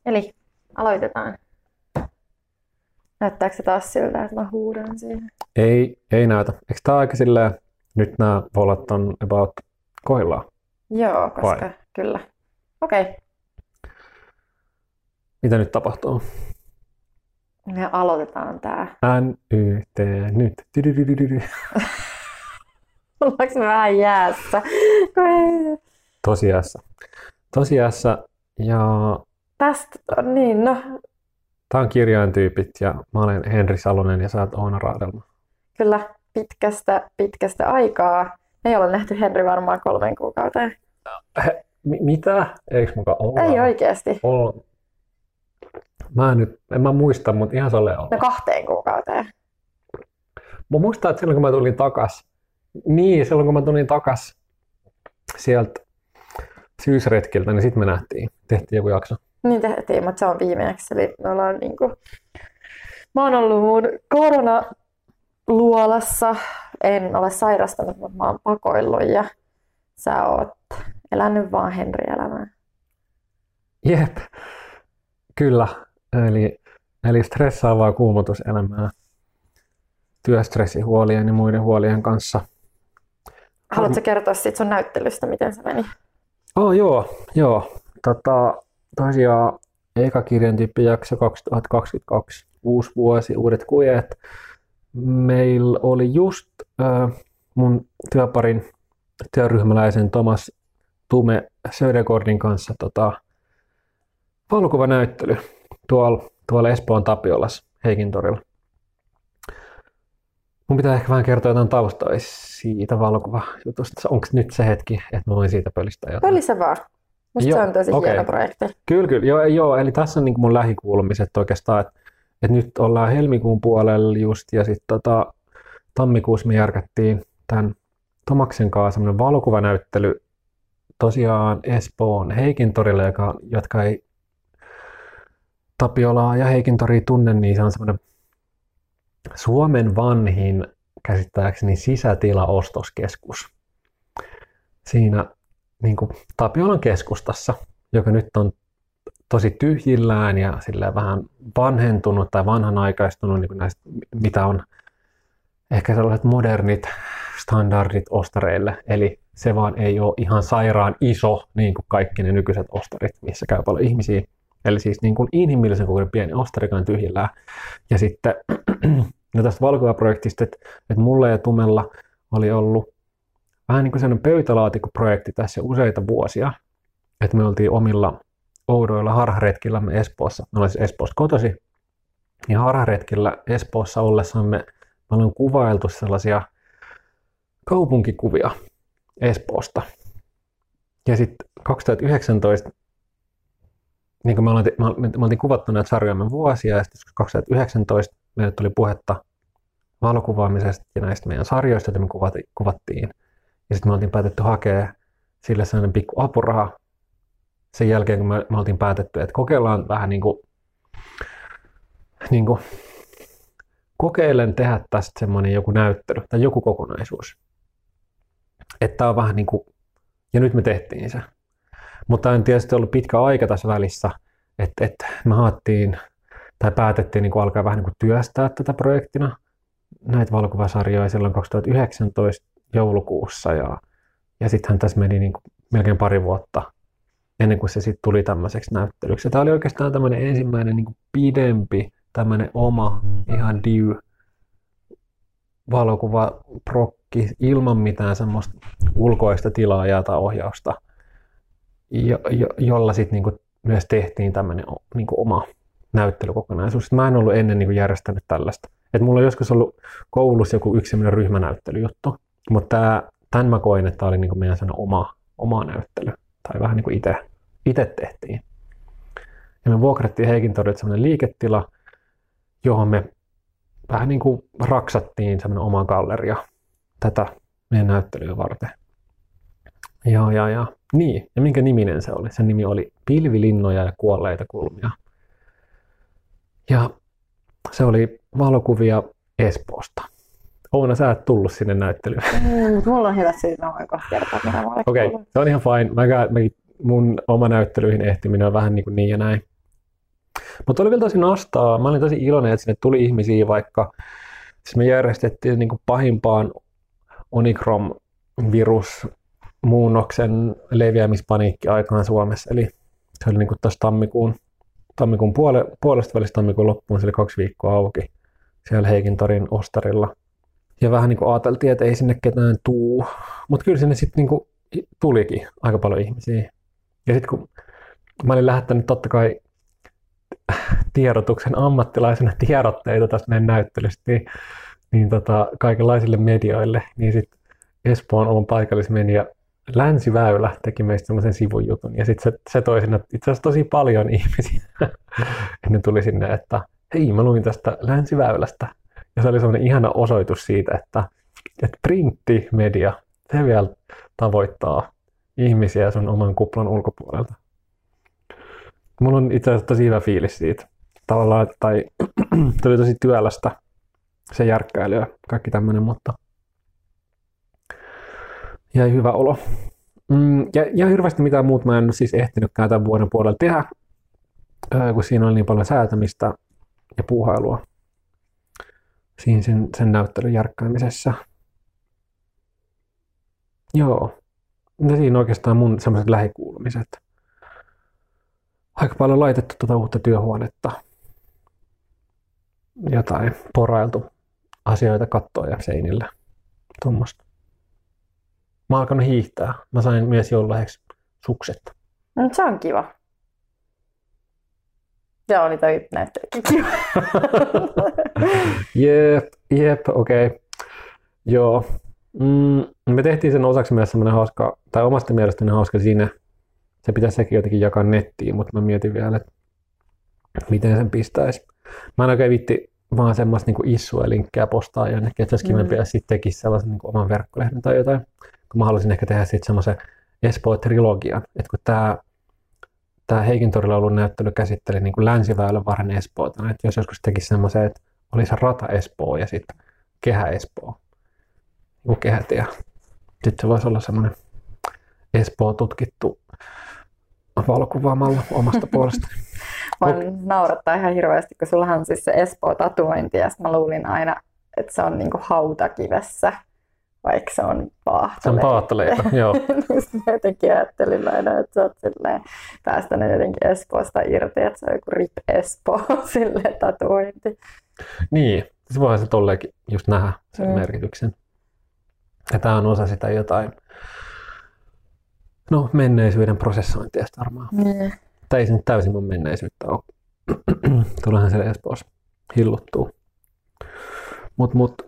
Eli aloitetaan. Näyttääkö se taas siltä, että mä huudan siihen? Ei näytä. Eikö tää aika silleen, nyt nämä volat on about kohdillaan? Joo, koska Vai? kyllä. Okei, Mitä nyt tapahtuu? me aloitetaan tää. NYT nyt. Tydydydydydy. Ollaanko me vähän jäässä? Tosiassa. Ja Tästä on niin, no tää on Kirjaintyypit ja mä olen Henri Salonen ja sä oot Oona Raadelma. kyllä pitkästä aikaa. Ei olla nähty Henri varmaan 3 kuukauteen. Mitä? Eikö mukaan olla? Ei oikeasti. En mä muista, mutta ihan solleen olla. No 2 kuukauteen. Mä muistan, että silloin kun mä tulin takas sieltä syysretkiltä, niin sitten me tehtiin joku jakso. Niin tehtiin, mutta se on viimeeksi. Eli me ollaan niinku... Mä oon ollut mun koronaluolassa. En ole sairastanut, mutta mä oon pakoillut ja sä oot elänyt vaan Henri-elämää. Jep, kyllä. Eli stressaavaa kuumutuselämää työstressihuolien ja muiden huolien kanssa. Haluatko kertoa siitä sun näyttelystä, miten se meni? Joo. Tosiaan eka Kirjaintyyppi-jakso 2022, uusi vuosi, uudet kujet. Meillä oli just mun työryhmäläisen Thomas Tume Södergårdin kanssa valokuvanäyttely tuolla Espoon Tapiolassa Heikintorilla. Mun pitää ehkä vähän kertoa jotain taustaa siitä valokuvajutusta. Onko nyt se hetki, että mä voin siitä pölistää jotain? Pölistä vaan. Musta se on tosi hieno projekti. Kyllä. Joo, eli tässä on niin mun lähikuulumiset oikeastaan, että nyt ollaan helmikuun puolella just, ja sitten tammikuussa me järkättiin tämän Tomaksen kanssa semmoinen valokuvanäyttely tosiaan Espoon Heikintorilla, jotka ei Tapiolaa ja Heikintoria tunne, niin se on semmoinen Suomen vanhin, käsittääkseni, sisätilaostoskeskus. Siinä niin kuin Tapiolan keskustassa, joka nyt on tosi tyhjillään ja silleen vähän vanhentunut tai vanhanaikaistunut, niin kuin näistä, mitä on ehkä sellaiset modernit standardit ostareille. Eli se vaan ei ole ihan sairaan iso, niin kuin kaikki ne nykyiset ostarit, missä käy paljon ihmisiä. Eli siis niin kuin inhimillisen kokoinen pieni ostarikaan tyhjillään. Ja sitten no tästä valokuvaprojektista, että mulla ja Tumella oli ollut vähän niin kuin sellainen pöytälaatikkoprojekti tässä useita vuosia. Että me oltiin omilla oudoilla harharetkillämme Espoossa. Me ollaan siis Espoosta kotosi. Ja harharetkillä Espoossa ollessa me ollaan kuvailtu sellaisia kaupunkikuvia Espoosta. Ja sitten 2019 niin kuin me oltiin kuvattu näitä sarjoja vuosia, ja sitten 2019 meille tuli puhetta valokuvaamisesta ja näistä meidän sarjoista, joita me kuvattiin. Ja sitten me oltiin päätetty hakea sille sellainen pikku apuraha. Sen jälkeen, kun me oltiin päätetty, että kokeillaan vähän niin kuin kokeilen tehdä tästä semmoinen joku näyttely tai joku kokonaisuus. Että tämä on vähän niin kuin, ja nyt me tehtiin se. Mutta on tietysti ollut pitkä aika tässä välissä, että me päätettiin niin kuin alkaa vähän niin kuin työstää tätä projektina, näitä valokuvasarjoja silloin 2019 joulukuussa, ja sittenhän tässä meni niin kuin melkein 2 vuotta ennen kuin se sitten tuli tämmöiseksi näyttelyksi. Ja tämä oli oikeastaan tämmöinen ensimmäinen niin kuin pidempi, tämmöinen oma, ihan valokuvaprokki ilman mitään semmoista ulkoista tilaajaa tai ohjausta, jolla sitten niinku myös tehtiin tämmöinen niinku oma näyttelykokonaisuus. Mä en ollut ennen niinku järjestänyt tällaista. Et mulla on joskus ollut koulussa joku yksi semmoinen ryhmänäyttelyjuttu, mutta tämän mä koin, että tämä oli niinku meidän oma näyttely. Tai vähän niinku itse tehtiin. Ja me vuokrattiin Heikintorilta semmoinen liiketila, johon me vähän niinku raksattiin semmoinen oma galleria tätä meidän näyttelyä varten. Ja. Niin, ja minkä niminen se oli? Sen nimi oli Pilvilinnoja ja kuolleita kulmia. Ja se oli valokuvia Espoosta. Oona, sä et tullut sinne näyttelyyn. Mulla on hyvä syy, mä voin kohta kertoa, mitä mä olen Okei, se on ihan fine. Mun oma näyttelyihin ehtiminen on vähän niin ja näin. Mutta oli vielä tosi nastaa. Mä olin tosi iloinen, että sinne tuli ihmisiä, vaikka siis me järjestettiin niin kuin pahimpaan Omicron-virusmuunnoksen leviämispaniikki aikaan Suomessa. Eli se oli niin kuin tässä tammikuun puolesta välistä tammikuun loppuun, se oli 2 viikkoa auki siellä Heikintorin ostarilla. Ja vähän niin kuin ajateltiin, että ei sinne ketään tuu. Mutta kyllä sinne sitten niin tulikin aika paljon ihmisiä. Ja sitten kun mä olin lähettänyt totta kai tiedotuksen ammattilaisena tiedotteita tästä meidän näyttelystä, niin kaikenlaisille medioille, niin sitten Espoon oman paikallismedia Länsiväylä teki meistä semmoisen sivujutun. Ja sitten se toi sinne itse asiassa tosi paljon ihmisiä. Ne tuli sinne, että hei, mä luin tästä Länsiväylästä. Ja se oli semmoinen ihana osoitus siitä, että printtimedia, se vielä tavoittaa ihmisiä sun oman kuplan ulkopuolelta. Mulla on itse asiassa tosi hyvä fiilis siitä. Tavallaan, tai tuli tosi työlästä se järkkäily ja kaikki tämmöinen, mutta jäi hyvä olo. Ja hirveästi mitään muuta mä en ole siis ehtinytkään tämän vuoden puolella tehdä, kun siinä oli niin paljon säätämistä ja puuhailua siinä sen näyttelyn järkkäämisessä. Joo, ja siinä oikeastaan mun semmoiset lähikuulumiset. Aika paljon laitettu tuota uutta työhuonetta. Jotain porailtu asioita kattoon ja seinillä. Tuommoista. Mä oon alkanut hiihtää. Mä sain myös joululahjaksi sukset. No, se on kiva. Ja oli toi näyttelykin kiva. Jep, okei. Joo. Me tehtiin sen osaksi myös semmoinen hauska, tai omasta mielestäni hauska siinä. Se pitäisi sekin jotenkin jakaa nettiin, mutta mä mietin vielä, että miten sen pistäisi. Mä en oikein vitti vaan semmoista niin issue-linkkejä postaa jonnekin, että olisi kivempi, jos sitten tekisi sellaisen niin oman verkkolehden tai jotain. Kun mä haluaisin ehkä tehdä sitten semmoisen Espoo-trilogian, että kun tämä Heikintorilla ollut näyttely käsitteli niin kuin Länsiväylän varren Espoota, että jos joskus tekisi semmoisen, että olisi Rata Espoo ja sitten Kehä Espoo, niin kehätie. Sitten se voisi olla semmoinen Espoo tutkittu valokuvaamalla omasta puolestani. Mä naurattaa ihan hirveästi, kun sullahan on siis se Espoo-tatuointi, ja mä luulin aina, että se on niinku hautakivessä, vaikka se on paahtaleipä. Se on paahtaleipä, joo. Mä jotenkin ajattelin aina, että sä oot silleen päästänyt jotenkin Espoosta irti, että se on joku RIP Espoo, silleen tatuointi. Niin, se voihan se tolleenkin just nähdä sen merkityksen. Ja tää on osa sitä jotain, menneisyyden prosessointia varmaan. Niin. Tämä ei se nyt täysin mun menneisyyttä ole. Tuleehan siellä Espoossa hilluttua. Mut.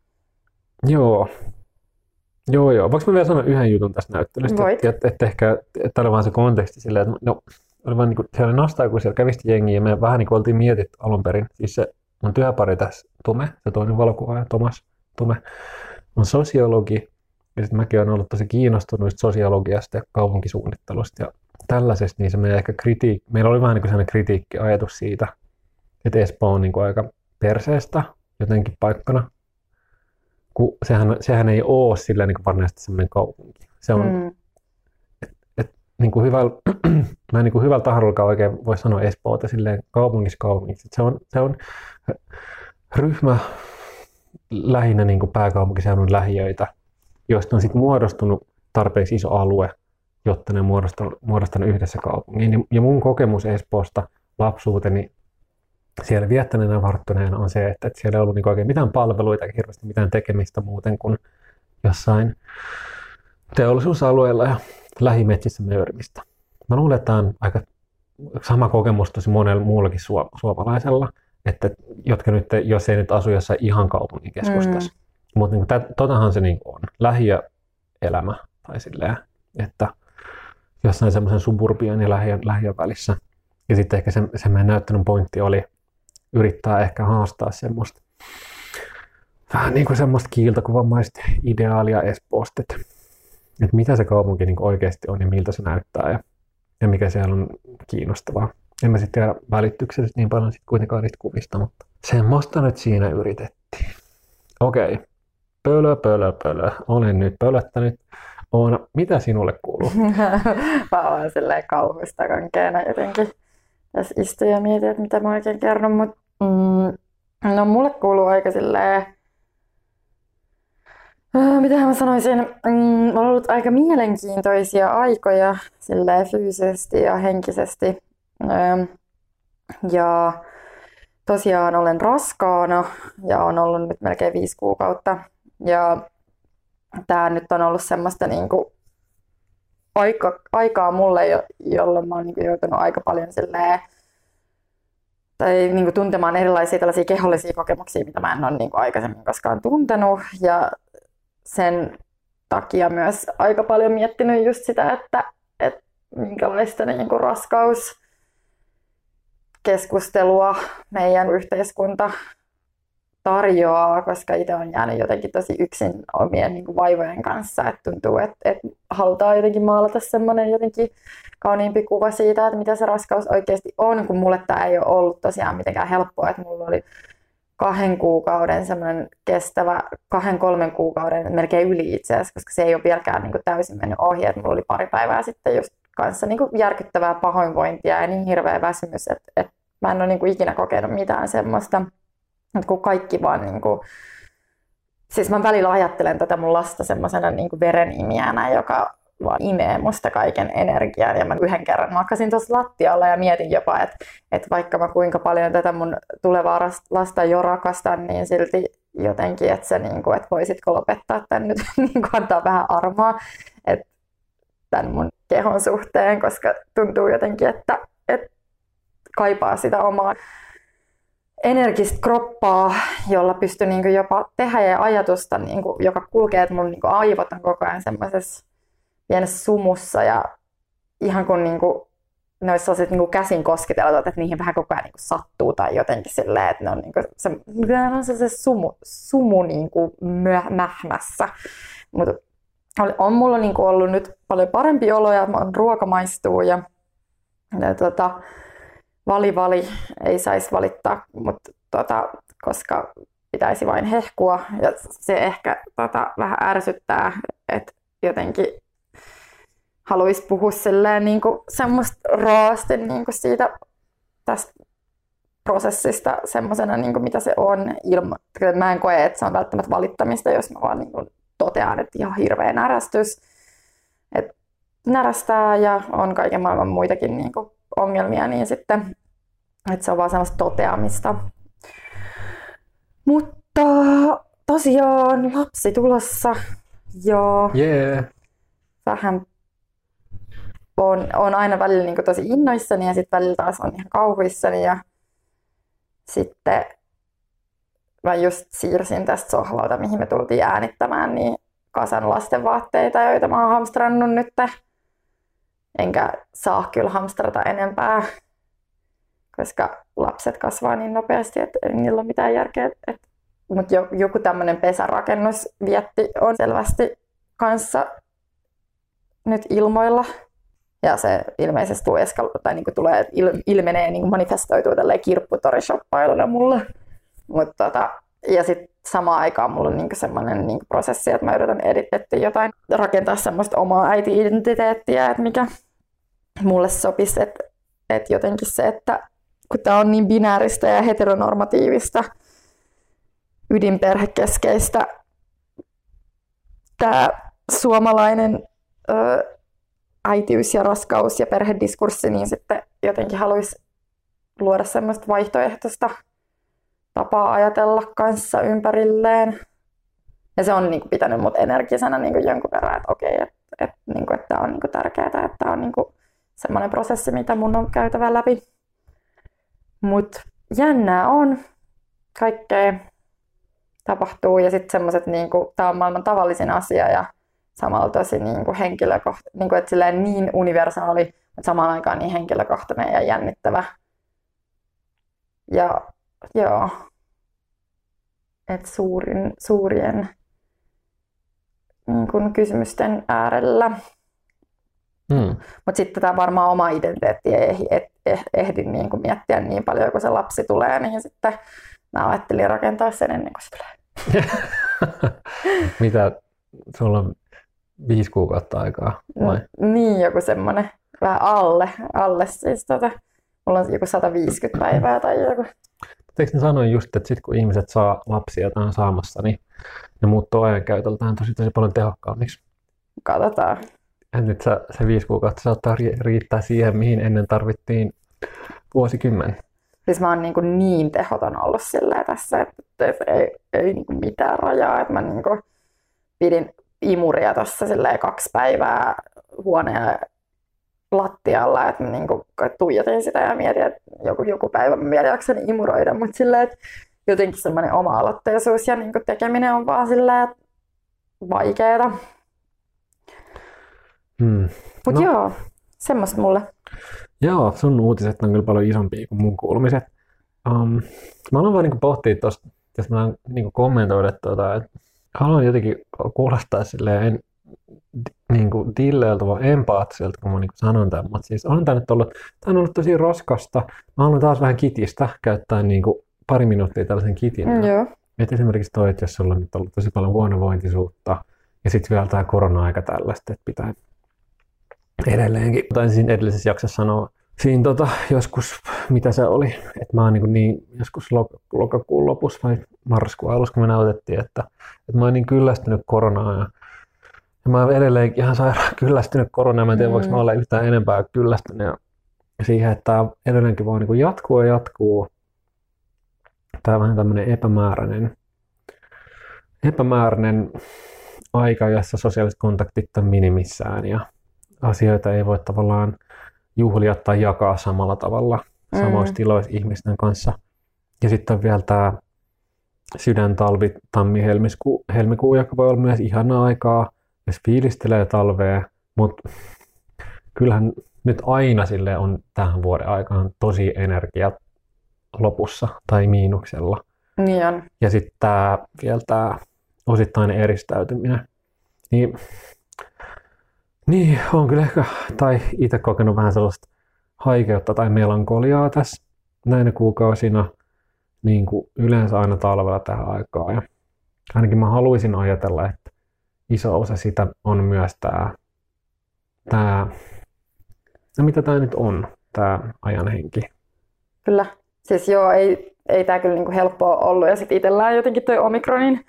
Joo. Voinko mä vielä sanoa yhden jutun tästä näyttelystä? Voit. Että ehkä, että oli vaan se konteksti silleen, että oli vaan niinku, siellä oli nastaa, kun siellä kävisti jengiä ja me vähän niin kuin oltiin mietitty alun perin. Siis se mun työpari tässä, Tume, se toinen valokuvaaja, Tomas Tume, on sosiologi. Ja sitten mäkin olen ollut tosi kiinnostunut sosiologiasta ja kaupunkisuunnittelusta ja tällaisesta, niin se meillä oli vähän niin kuin sellainen kritiikkiajatus siitä, että Espoo on niin kuin aika perseestä jotenkin paikkana, kun sehän ei ole silleen niin kuin varsinaisesti sellainen kaupunki. Se on, niin kuin mä en niin kuin hyvällä tahdollakaan oikein voi sanoa Espoota silleen kaupungiksi. Se on ryhmä lähinnä niin kuin pääkaupunkiseudun lähiöitä, joista on sitten muodostunut tarpeeksi iso alue, jotta ne muodostanut yhdessä kaupungin. Ja mun kokemus Espoosta lapsuuteni siellä viettäneenä ja varttuneena on se, että siellä ei ollut niinku oikein mitään palveluita eikä hirveästi mitään tekemistä muuten kuin jossain teollisuusalueella ja lähimetsissä möyrimistä. Mä luulen, että tämä on aika sama kokemus tosi monella muullakin suomalaisella, että jotka nyt, jos ei nyt asu jossain ihan kaupungin keskustassa. Mutta niin totahan se niin on, lähiöelämä tai silleen, että jossain semmoisen suburbian ja lähiön välissä. Ja sitten ehkä se meidän näyttelyn pointti oli yrittää ehkä haastaa semmoista vähän niin kuin semmoista kiiltokuvamaista ideaalia Espoosta, että mitä se kaupunki niin oikeasti on ja miltä se näyttää ja mikä siellä on kiinnostavaa. En mä sitten tiedä välityksellisesti niin paljon sit kuitenkaan niistä kuvista, mutta semmoista nyt siinä yritettiin. Okei. Pölö. Olen nyt pölöttänyt. Oona, mitä sinulle kuuluu? Mä oon silleen kauhuista kankeena jotenkin tässä istuin ja mietin, että mitä mä oikein kerron, mutta no mulle kuuluu aika silleen, mitä mä sanoisin, on ollut aika mielenkiintoisia aikoja silleen fyysisesti ja henkisesti. Ja tosiaan olen raskaana ja on ollut nyt melkein 5 kuukautta. Ja tää nyt on ollut semmoista niinku aikaa mulle, jolloin mä oon niinku joutunut aika paljon silleen, tai niinku tuntemaan erilaisia tällaisia kehollisia kokemuksia, mitä mä en ole niinku aikaisemmin koskaan tuntenut. Ja sen takia myös aika paljon miettinyt just sitä, että minkälaista niinku raskauskeskustelua meidän yhteiskunta tarjoaa, koska itse on jäänyt jotenkin tosi yksin omien niin kuin vaivojen kanssa. Että tuntuu, että halutaan jotenkin maalata semmoinen jotenkin kauniimpi kuva siitä, että mitä se raskaus oikeasti on, kun mulle tämä ei ole ollut tosiaan mitenkään helppoa. Että mulla oli 2 kuukauden semmoinen kestävä, 2-3 kuukauden, melkein yli itse asiassa, koska se ei ole vieläkään niin kuin täysin mennyt ohi. Että mulla oli pari päivää sitten just kanssa niin kuin järkyttävää pahoinvointia ja niin hirveä väsymys, että mä en ole niin kuin ikinä kokenut mitään semmoista. Kun kaikki vaan niinku, siis mä välillä ajattelen tätä mun lasta semmoisena niinku verenimiänä, joka vaan imee musta kaiken energian. Ja mä yhden kerran makasin tuossa lattialla ja mietin jopa, että vaikka mä kuinka paljon tätä mun tulevaa lasta jo rakastan, niin silti jotenkin, että se niinku, että voisitko lopettaa tän nyt, niinku antaa vähän armoa tämän mun kehon suhteen, koska tuntuu jotenkin, että kaipaa sitä omaa energistä kroppaa, jolla pystyy niinku jopa tehdä ja ajatusta, niinku, joka kulkee, että mun niinku aivot on koko ajan semmoisessa pienessä sumussa ja ihan kun niinku, ne olisi sellaiset niinku käsin kosketellut, että niihin vähän koko ajan niinku sattuu tai jotenkin silleen, että ne on, niinku se sumu niinku mähmässä. Mutta on mulla niinku ollut nyt paljon parempi olo ja ruoka maistuu ja vali, ei saisi valittaa, mutta koska pitäisi vain hehkua ja se ehkä vähän ärsyttää, että jotenkin haluaisi puhua silleen niinku semmoista raasti niinku siitä tästä prosessista semmoisena niinku mitä se on. Mä en koe, että se on välttämättä valittamista, jos mä vaan niinku totean, että ihan hirveä närästys. Et närästää ja on kaiken maailman muitakin niinku ongelmia, niin sitten että se on vaan semmoista toteamista. Mutta tosiaan lapsi tulossa ja vähän on aina välillä niin tosi innoissani ja sitten välillä taas on ihan kauhuissani ja sitten mä just siirsin tästä sohvalta, mihin me tultiin äänittämään, niin kasan lastenvaatteita, joita mä oon hamstrannut nyt. Enkä saa kyllä hamstrata enempää, koska lapset kasvaa niin nopeasti, että ei niillä ole mitään järkeä. Mutta joku tämmöinen pesärakennusvietti on selvästi kanssa nyt ilmoilla. Ja se ilmeisesti niinku ilmenee, niinku manifestoituu tälleen kirpputorishoppailuna mulle. Ja sitten samaan aikaan mulla on niinku semmoinen niinku prosessi, että mä yritän jotain rakentaa semmoista omaa äiti-identiteettiä, että mikä mulle sopisi. Että jotenkin se, että kun tää on niin binääristä ja heteronormatiivista, ydinperhekeskeistä, tää suomalainen äitiys ja raskaus ja perhediskurssi, niin sitten jotenkin haluaisi luoda semmoista vaihtoehtoista tapaa ajatella kanssa ympärilleen. Ja se on niinku pitänyt mut energisena niinku jonkun verran, että okei, että tää on niinku tärkeää, että tää on niinku semmoinen prosessi, mitä mun on käytävä läpi. Mut jännää on. Kaikkea tapahtuu ja sitten semmoiset, niinku, tää on maailman tavallisin asia ja samalla tosi niinku henkilökohtainen, niinku, että silleen niin universaali, mutta samaan aikaan niin henkilökohtainen ja jännittävä. Ja joo, että suurien niin kysymysten äärellä. Mutta sitten tämä varmaan oma identiteetti ei ehdi niin kuin miettiä niin paljon, kun se lapsi tulee, niin sitten mä ajattelin rakentaa sen ennen kuin se tulee. Mitä, sulla on 5 kuukautta aikaa vai? Niin, joku semmoinen vähän alle siis mulla on joku 150 päivää tai joku. Eikö ne sanoa just, että sit kun ihmiset saa lapsia tai on saamassa, niin ne muuttuu ajankäytöltään tosi paljon tehokkaammiksi. Katsotaan. Ja nyt se 5 kuukautta saattaa riittää siihen, mihin ennen tarvittiin vuosikymmen. Siis mä oon niin tehoton ollut silleen tässä, että ei mitään rajaa. Että mä pidin imuria tossa silleen 2 päivää huoneen lattialla, että mä tuijotin sitä ja mietin, että joku päivä mä vielä jaksani imuroida, mutta silleen, että jotenkin semmoinen oma-aloitteisuus ja tekeminen on vaan silleen vaikeeta. Mutta joo, semmoista mulle. Joo, sun uutiset on kyllä paljon isompia kuin mun kuulumiset. Mä haluan vaan pohtia tuosta, jos mä kommentoida että haluan jotenkin kuulostaa silleen dilleiltä vaan empaattiselta, kun mä sanon tämän. Mutta siis on tämä on ollut tosi raskasta. Mä haluan taas vähän kitistä käyttää pari minuuttia tällaisen kitin. Joo. Et esimerkiksi toi, että jos sulla on nyt ollut tosi paljon huonovointisuutta ja sitten vielä tämä korona-aika tällaista, että pitää edelleenkin. Taisin siinä edellisessä jaksossa sanoa siinä joskus, mitä se oli, että mä oon niin joskus lokakuun lopussa vai marraskuun alussa, kun me näytettiin, että mä oon niin kyllästynyt koronaan ja mä oon edelleenkin ihan sairaan kyllästynyt koronaan. Mä en tiedä, voiko mä olla yhtään enempää kyllästynyt ja siihen, että tää edelleenkin vaan jatkuu. Tää on vähän tämmönen epämääräinen aika, jossa sosiaaliset kontaktit on minimissään ja asioita ei voi tavallaan juhlia tai jakaa samalla tavalla samoissa tiloissa ihmisten kanssa. Ja sitten on vielä tämä sydäntalvi, tammi, helmikuu, joka voi olla myös ihanaa aikaa, jos fiilistelee talvea, mutta kyllähän nyt aina sille on tähän vuoden aikaan tosi energia lopussa tai miinuksella. Niin on. Ja sitten vielä tämä osittainen eristäytyminen. Niin, on kyllä ehkä, tai itse kokenut vähän sellaista haikeutta tai melankoliaa tässä näinä kuukausina, niin kuin yleensä aina talvella tähän aikaan. Ja ainakin mä haluaisin ajatella, että iso osa sitä on myös no mitä tämä nyt on, tämä ajan henki. Kyllä. Siis joo, ei tämä kyllä helppoa ollut. Ja sitten itsellään jotenkin toi Omikronin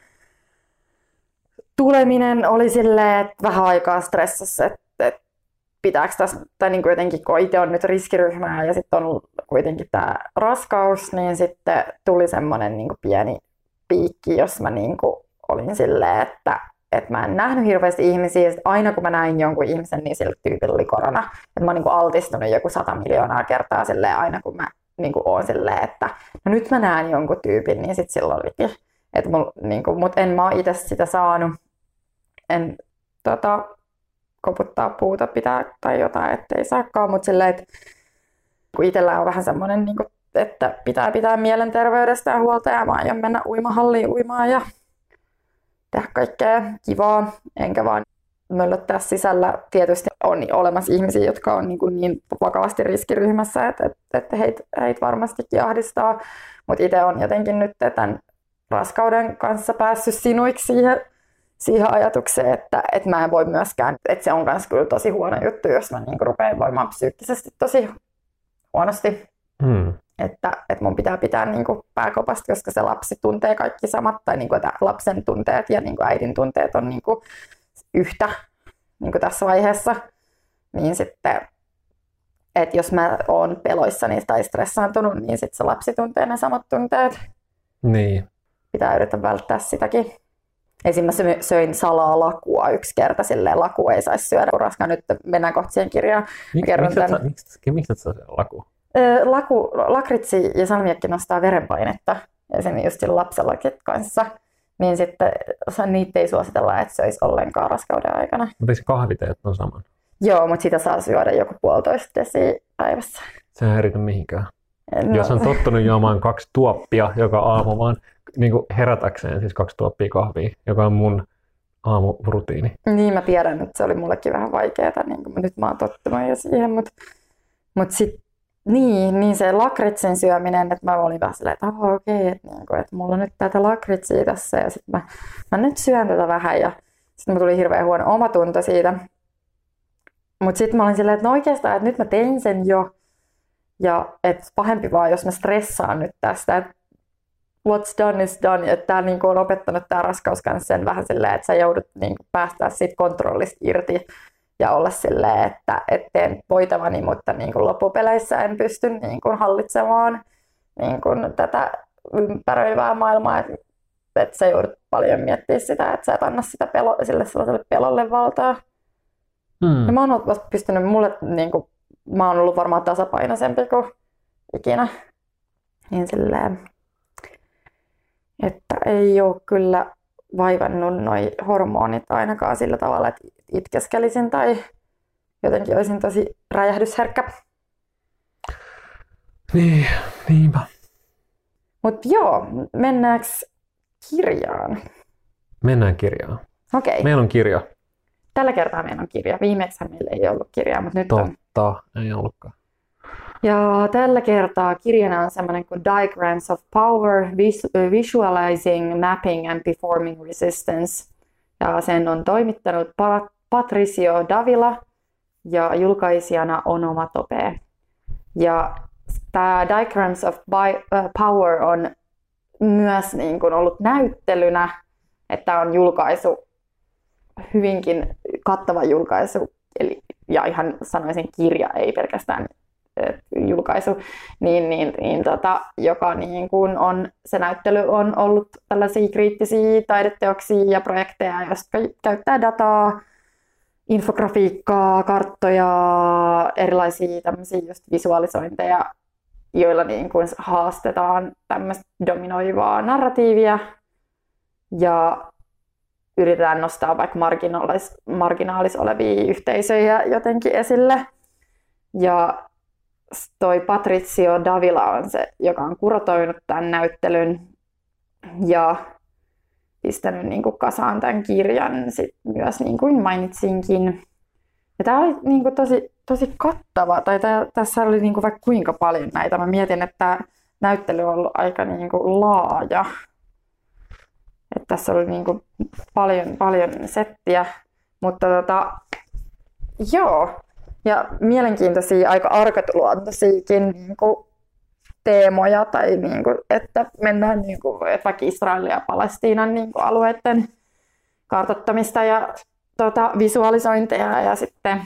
tuleminen oli silleen, että vähän aikaa stressassa, että pitääkö tässä, tai jotenkin kun itse on nyt riskiryhmää ja sitten on kuitenkin tämä raskaus, niin sitten tuli semmoinen pieni piikki, jos mä olin silleen, että mä en nähnyt hirveästi ihmisiä, ja aina kun mä näin jonkun ihmisen, niin sillä tyypillä oli korona. Että mä oon altistunut joku 100 miljoonaa kertaa silleen, aina kun mä oon silleen, että no nyt mä näen jonkun tyypin, niin sitten silloin olikin. Mutta en mä oo itse sitä saanut. En koputtaa puuta pitää tai jotain, ettei saakaan, mutta silleen, että kun itsellä on vähän semmoinen, että pitää mielenterveydestään huolta ja mä aion mennä uimahalliin uimaan ja tehdä kaikkea kivaa, enkä vaan möllöttää sisällä. Tietysti on olemassa ihmisiä, jotka on niin vakavasti riskiryhmässä, että heitä varmastikin ahdistaa, mutta itse on jotenkin nyt tämän raskauden kanssa päässyt sinuiksi siihen ajatukseen, että mä en voi myöskään, että se on myös kyllä tosi huono juttu, jos mä rupean voimaan psyykkisesti tosi huonosti. Että mun pitää pääkopasta, koska se lapsi tuntee kaikki samat, tai että lapsen tunteet ja äidin tunteet on yhtä tässä vaiheessa. Niin sitten, että jos mä oon peloissani tai stressaantunut, niin sitten se lapsi tuntee ne samat tunteet. Niin. Pitää yrittää välttää sitäkin. Esimerkiksi mä söin salaa lakua yksi kerta, silleen laku ei saisi syödä, kun raskaan nyt mennään kohta siihen kirjaan. Miksi et saa lakua? Lakritsi ja salmiakki nostaa verenpainetta, ja sen just lapsellakin kanssa. Niin sitten niitä ei suositella, että söisi ollenkaan raskauden aikana. Mutta eikö kahviteet on saman? Joo, mutta sitä saa syödä joku 1,5 desiä päivässä. Sehän ei riitä mihinkään. No. Jos on tottunut juomaan 2 tuoppia joka aamu, vaan herätäkseen siis 2 tuoppia kahvia, joka on mun aamurutiini. Niin, mä tiedän, että se oli mullekin vähän vaikeaa, nyt mä oon tottunut jo siihen, mutta sitten niin se lakritsin syöminen, että mä olin vähän silleen, että okei, että mulla on nyt tätä lakritsia tässä ja sitten mä nyt syön tätä vähän ja sitten mä tuli hirveän huono omatunto siitä. Mutta sitten mä olin silleen, että no oikeastaan, että nyt mä tein sen jo Ja että pahempi vaan, jos mä stressaan nyt tästä, että what's done is done. Että tää niin kuin on opettanut tää raskaus kanssa sen vähän silleen, että sä joudut niin kuin päästää siitä kontrollista irti ja olla silleen, että teen voitavani, mutta niin kuin loppupeleissä en pysty niin kuin hallitsemaan niin kuin tätä ympäröivää maailmaa. Että sä joudut paljon miettimään sitä, että sä et anna sitä sille sellaiselle pelolle valtaa. Ja mä oon pystynyt, niin kuin, mä oon ollut varmaan tasapainoisempi kuin ikinä. Niin silleen, että ei ole kyllä vaivannut noi hormonit ainakaan sillä tavalla, että itkeskelisin tai jotenkin olisin tosi räjähdysherkkä. Niin, niinpä. Mut joo, mennäänkö kirjaan? Mennään kirjaan. Okei. Meillä on kirja. Tällä kertaa meillä on kirja. Viimeksi meillä ei ollut kirjaa, mutta nyt on. Totta, ei ollutkaan. Ja tällä kertaa kirjana on semmoinen kuin Diagrams of Power, Visualizing, Mapping and Performing Resistance. Ja sen on toimittanut Patricio Davila ja julkaisijana Onomatope. Ja tämä Diagrams of Power on myös niin kuin ollut näyttelynä, että on julkaisu, hyvinkin kattava julkaisu, ja ihan sanoisin kirja, ei pelkästään julkaisu, joka niin kuin on, se näyttely on ollut tällaisia kriittisiä taideteoksia ja projekteja, jotka käyttää dataa, infografiikkaa, karttoja, erilaisia tämmöisiä just visualisointeja, joilla niin kuin haastetaan tämmöistä dominoivaa narratiivia ja yritetään nostaa vaikka marginaalis olevia yhteisöjä jotenkin esille. Ja toi Patricio Davila on se, joka on kuratoinut tämän näyttelyn ja pistänyt niin kuin kasaan tämän kirjan sit myös niin kuin mainitsinkin. Ja tämä oli niin kuin tosi kattava, tai tässä oli niin kuin vaikka kuinka paljon näitä. Mä mietin, että tämä näyttely on ollut aika niin kuin laaja. Että tässä oli niin kuin paljon settiä, mutta joo. Ja mielenkiintoisia, aika arkaluontoisiakin niin kuin teemoja, tai niin kuin, että mennään niin kuin, vaikka Israelin ja Palestiinan niin kuin alueiden kartoittamista ja visualisointeja ja sitten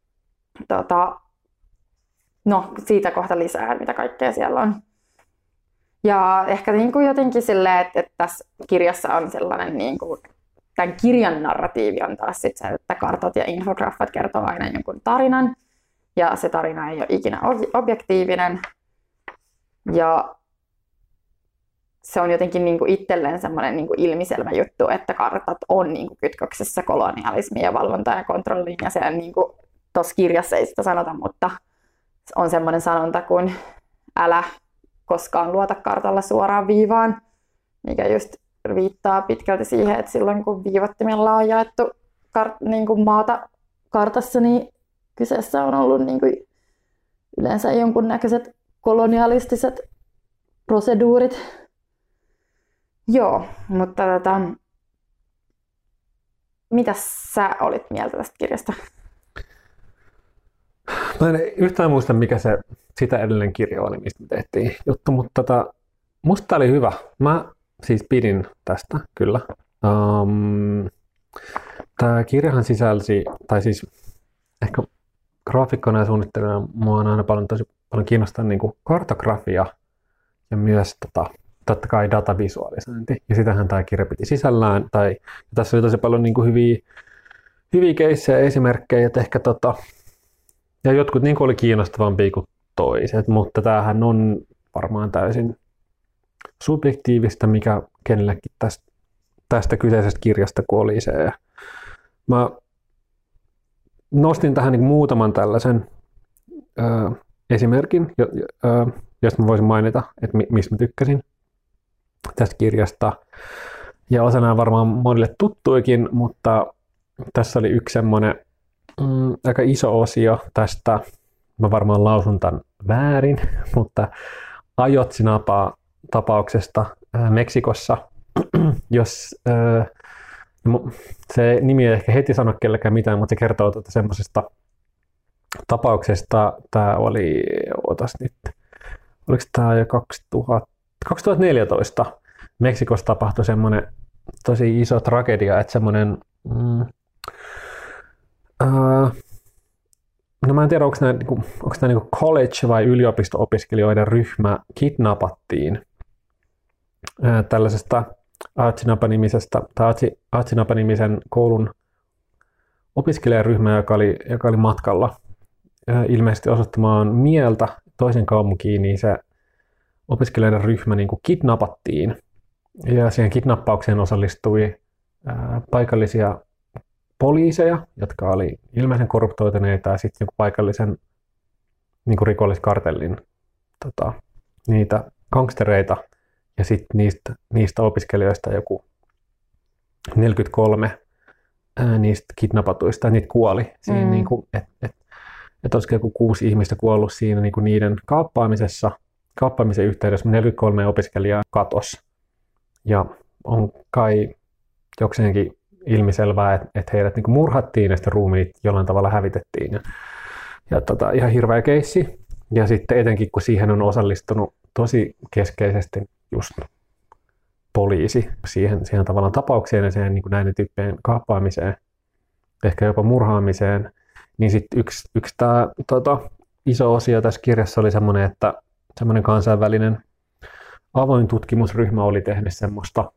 siitä kohta lisää, mitä kaikkea siellä on. Ja ehkä niin kuin jotenkin silleen, että tässä kirjassa on sellainen, niin kuin, tämän kirjan narratiivi on taas sit se, että kartat ja infograffat kertoo aina jonkun tarinan. Ja se tarina ei ole ikinä objektiivinen. Ja se on jotenkin niin kuin itselleen semmoinen niin kuin ilmiselvä juttu, että kartat on niin kuin kytköksessä kolonialismiin ja valvontaan ja kontrolliin. Ja se niin kuin tuossa kirjassa ei sitä sanota, mutta on semmoinen sanonta kuin älä koskaan luota kartalla suoraan viivaan, mikä just viittaa pitkälti siihen, että silloin kun viivottimella on jaettu niin kuin maata kartassa, niin kyseessä on ollut niin kuin yleensä jonkunnäköiset kolonialistiset proseduurit. Joo, mutta mitä sä olit mieltä tästä kirjasta? Mä en yhtään muista, mikä se sitä edellinen kirja oli, mistä me tehtiin juttu, mutta musta tää oli hyvä. Mä siis pidin tästä, kyllä. Tää kirjahan sisälsi, tai siis ehkä graafikkona ja suunnittelijana mua on aina tosi paljon kiinnostaa niin kuin kartografia ja myös totta kai datavisualisointi. Ja sitähän tämä kirja piti sisällään. Tässä oli tosi paljon niin kuin hyviä keissejä ja esimerkkejä, että ehkä ja jotkut niin kuin oli kiinnostavampia kuin toiset, mutta tämähän on varmaan täysin subjektiivista, mikä kenellekin tästä kyseisestä kirjasta kun oli se. Ja mä nostin tähän niin muutaman tällaisen esimerkin, josta mä voisin mainita, että mistä mä tykkäsin tästä kirjasta. Ja osana on varmaan monille tuttuikin, mutta tässä oli yksi semmoinen aika iso osio tästä, mä varmaan lausun tämän väärin, mutta Ayotzinapa-tapauksesta Meksikossa, jos se nimi ei ehkä heti sano kellekään mitään, mutta se kertoo semmoisesta tapauksesta. Tämä oli, oliko tämä jo 2014 Meksikossa tapahtui semmoinen tosi iso tragedia, että semmoinen, no mä en tiedä, onko tämä niinku college- vai yliopisto-opiskelijoiden ryhmä kidnappattiin tällaisesta Ayotzinapa-nimisen koulun opiskelijaryhmä, joka oli matkalla ilmeisesti osoittamaan mieltä toisen kaupunkiin, niin se opiskelijoiden ryhmä niin kuin kidnappattiin. Ja siihen kidnappaukseen osallistui paikallisia poliiseja, jotka oli ilmeisen korruptoituneita, ja sitten paikallisen niin kuin rikolliskartellin niitä gangstereita, ja sitten niistä opiskelijoista joku 43 niistä kidnappatuista, niitä kuoli siinä, niin kuin, että olisiko joku 6 ihmistä kuollut siinä niin kuin niiden kaappaamisen yhteydessä, 43 opiskelijaa katosi. Ja on kai jokseenkin ilmiselvää, että heidät niin kuin murhattiin ja sitten ruumiit jollain tavalla hävitettiin. Ja ihan hirveä keissi. Ja sitten etenkin, kun siihen on osallistunut tosi keskeisesti just poliisi siihen tavallaan tapaukseen ja siihen niin kuin näiden tyyppien kaappaamiseen, ehkä jopa murhaamiseen, niin sitten yksi tämä iso osio tässä kirjassa oli semmoinen, että semmoinen kansainvälinen avoin tutkimusryhmä oli tehnyt semmoista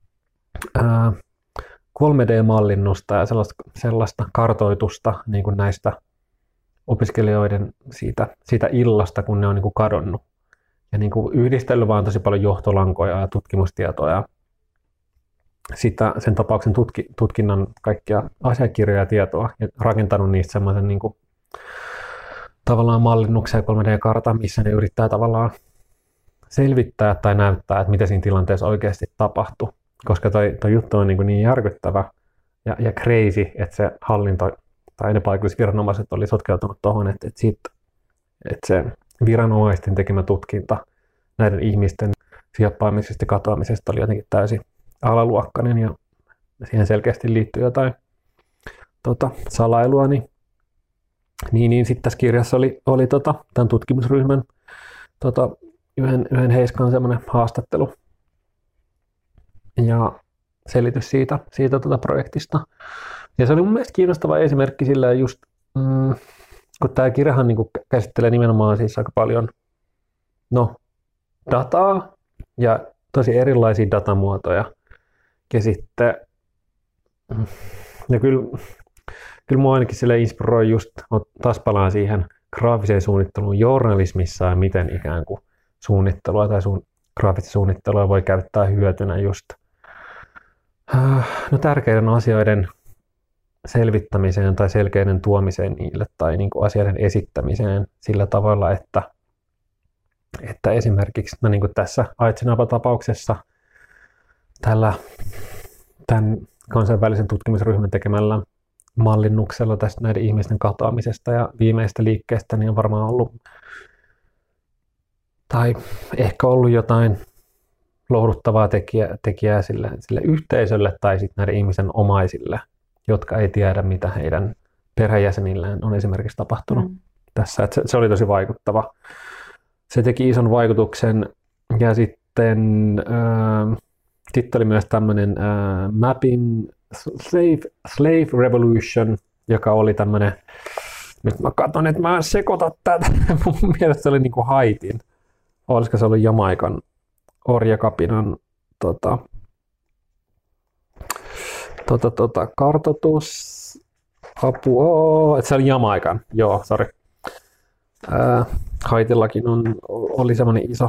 3D-mallinnusta ja sellaista kartoitusta niin kuin näistä opiskelijoiden siitä illasta, kun ne on niin kuin kadonnut. Ja niin kuin yhdistellyt vaan tosi paljon johtolankoja ja tutkimustietoja. Sen tapauksen tutkinnan kaikkia asiakirjoja ja tietoa ja rakentanut niistä semmoisen niin kuin tavallaan mallinnuksen 3D-kartan, missä ne yrittää tavallaan selvittää tai näyttää, että mitä siinä tilanteessa oikeasti tapahtui. Koska toi juttu on niin järkyttävä ja crazy, että se hallinto tai ne paikallisviranomaiset oli sotkeutunut tuohon, että se viranomaisten tekemä tutkinta näiden ihmisten sieppaamisesta ja katoamisesta oli jotenkin täysin alaluokkainen ja siihen selkeästi liittyy jotain salailua. Niin sitten tässä kirjassa oli tämän tutkimusryhmän yhden heiskan semmoinen haastattelu ja selitys siitä projektista. Ja se oli mun mielestä kiinnostava esimerkki sillä just, kun tämä kirjahan niin käsittelee nimenomaan siis aika paljon dataa ja tosi erilaisia datamuotoja. Ja sitten, ja kyllä mua ainakin sille inspiroi just, taas palaan siihen graafiseen suunnitteluun journalismissa ja miten ikään kuin suunnittelua tai graafista suunnittelua voi käyttää hyötynä just tärkeiden asioiden selvittämiseen tai selkeiden tuomiseen niille tai niin kuin asioiden esittämiseen sillä tavalla, että esimerkiksi niin kuin tässä Ayotzinapa-tapauksessa tämän kansainvälisen tutkimusryhmän tekemällä mallinnuksella tästä näiden ihmisten katoamisesta ja viimeistä liikkeestä niin on varmaan ollut tai ehkä ollut jotain lohduttavaa tekijää sille yhteisölle tai sitten näiden ihmisen omaisille, jotka ei tiedä, mitä heidän perheenjäsenillään on esimerkiksi tapahtunut tässä. Että se oli tosi vaikuttava. Se teki ison vaikutuksen ja sitten oli myös tämmöinen Mapping Slave Revolution, joka oli tämmöinen, nyt mä katson, että mä sekoitan tätä, mun mielestä se oli niin kuin Haitin. Olisiko se ollut Jamaikan orjakapinan kartoitusapu, että se oli Jamaikan, joo, sori. Haitillakin oli semmoinen iso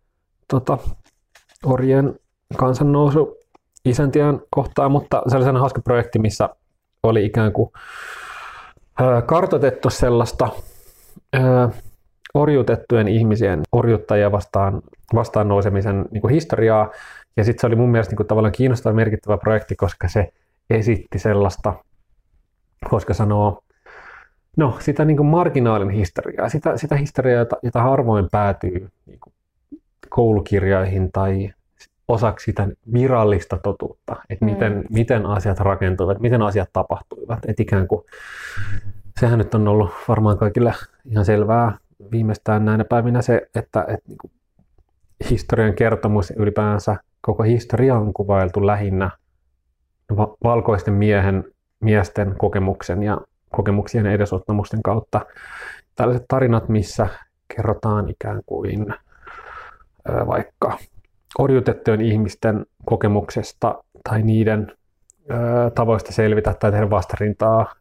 orjien kansannousu isäntiän kohtaan, mutta se oli sellainen hauska projekti, missä oli ikään kuin kartoitettu sellaista orjuutettujen ihmisien orjuttajia vastaan nousemisen niin kuin historiaa. Ja sitten se oli mun mielestä niin kuin tavallaan kiinnostava ja merkittävä projekti, koska se esitti sellaista, koska sanoo, sitä niin kuin marginaalin historiaa, sitä historiaa, jota harvoin päätyy niin kuin koulukirjoihin tai osaksi sitä virallista totuutta, että miten asiat rakentuivat, miten asiat tapahtuivat. Että ikään kuin sehän nyt on ollut varmaan kaikille ihan selvää viimeistään näinä päivinä se, että niin kuin historian kertomus ylipäänsä koko historia on kuvailtu lähinnä valkoisten miesten kokemuksen ja kokemuksien edesottamusten kautta. Tällaiset tarinat, missä kerrotaan ikään kuin vaikka orjutettujen ihmisten kokemuksesta tai niiden tavoista selvitä tai tehdä vastarintaa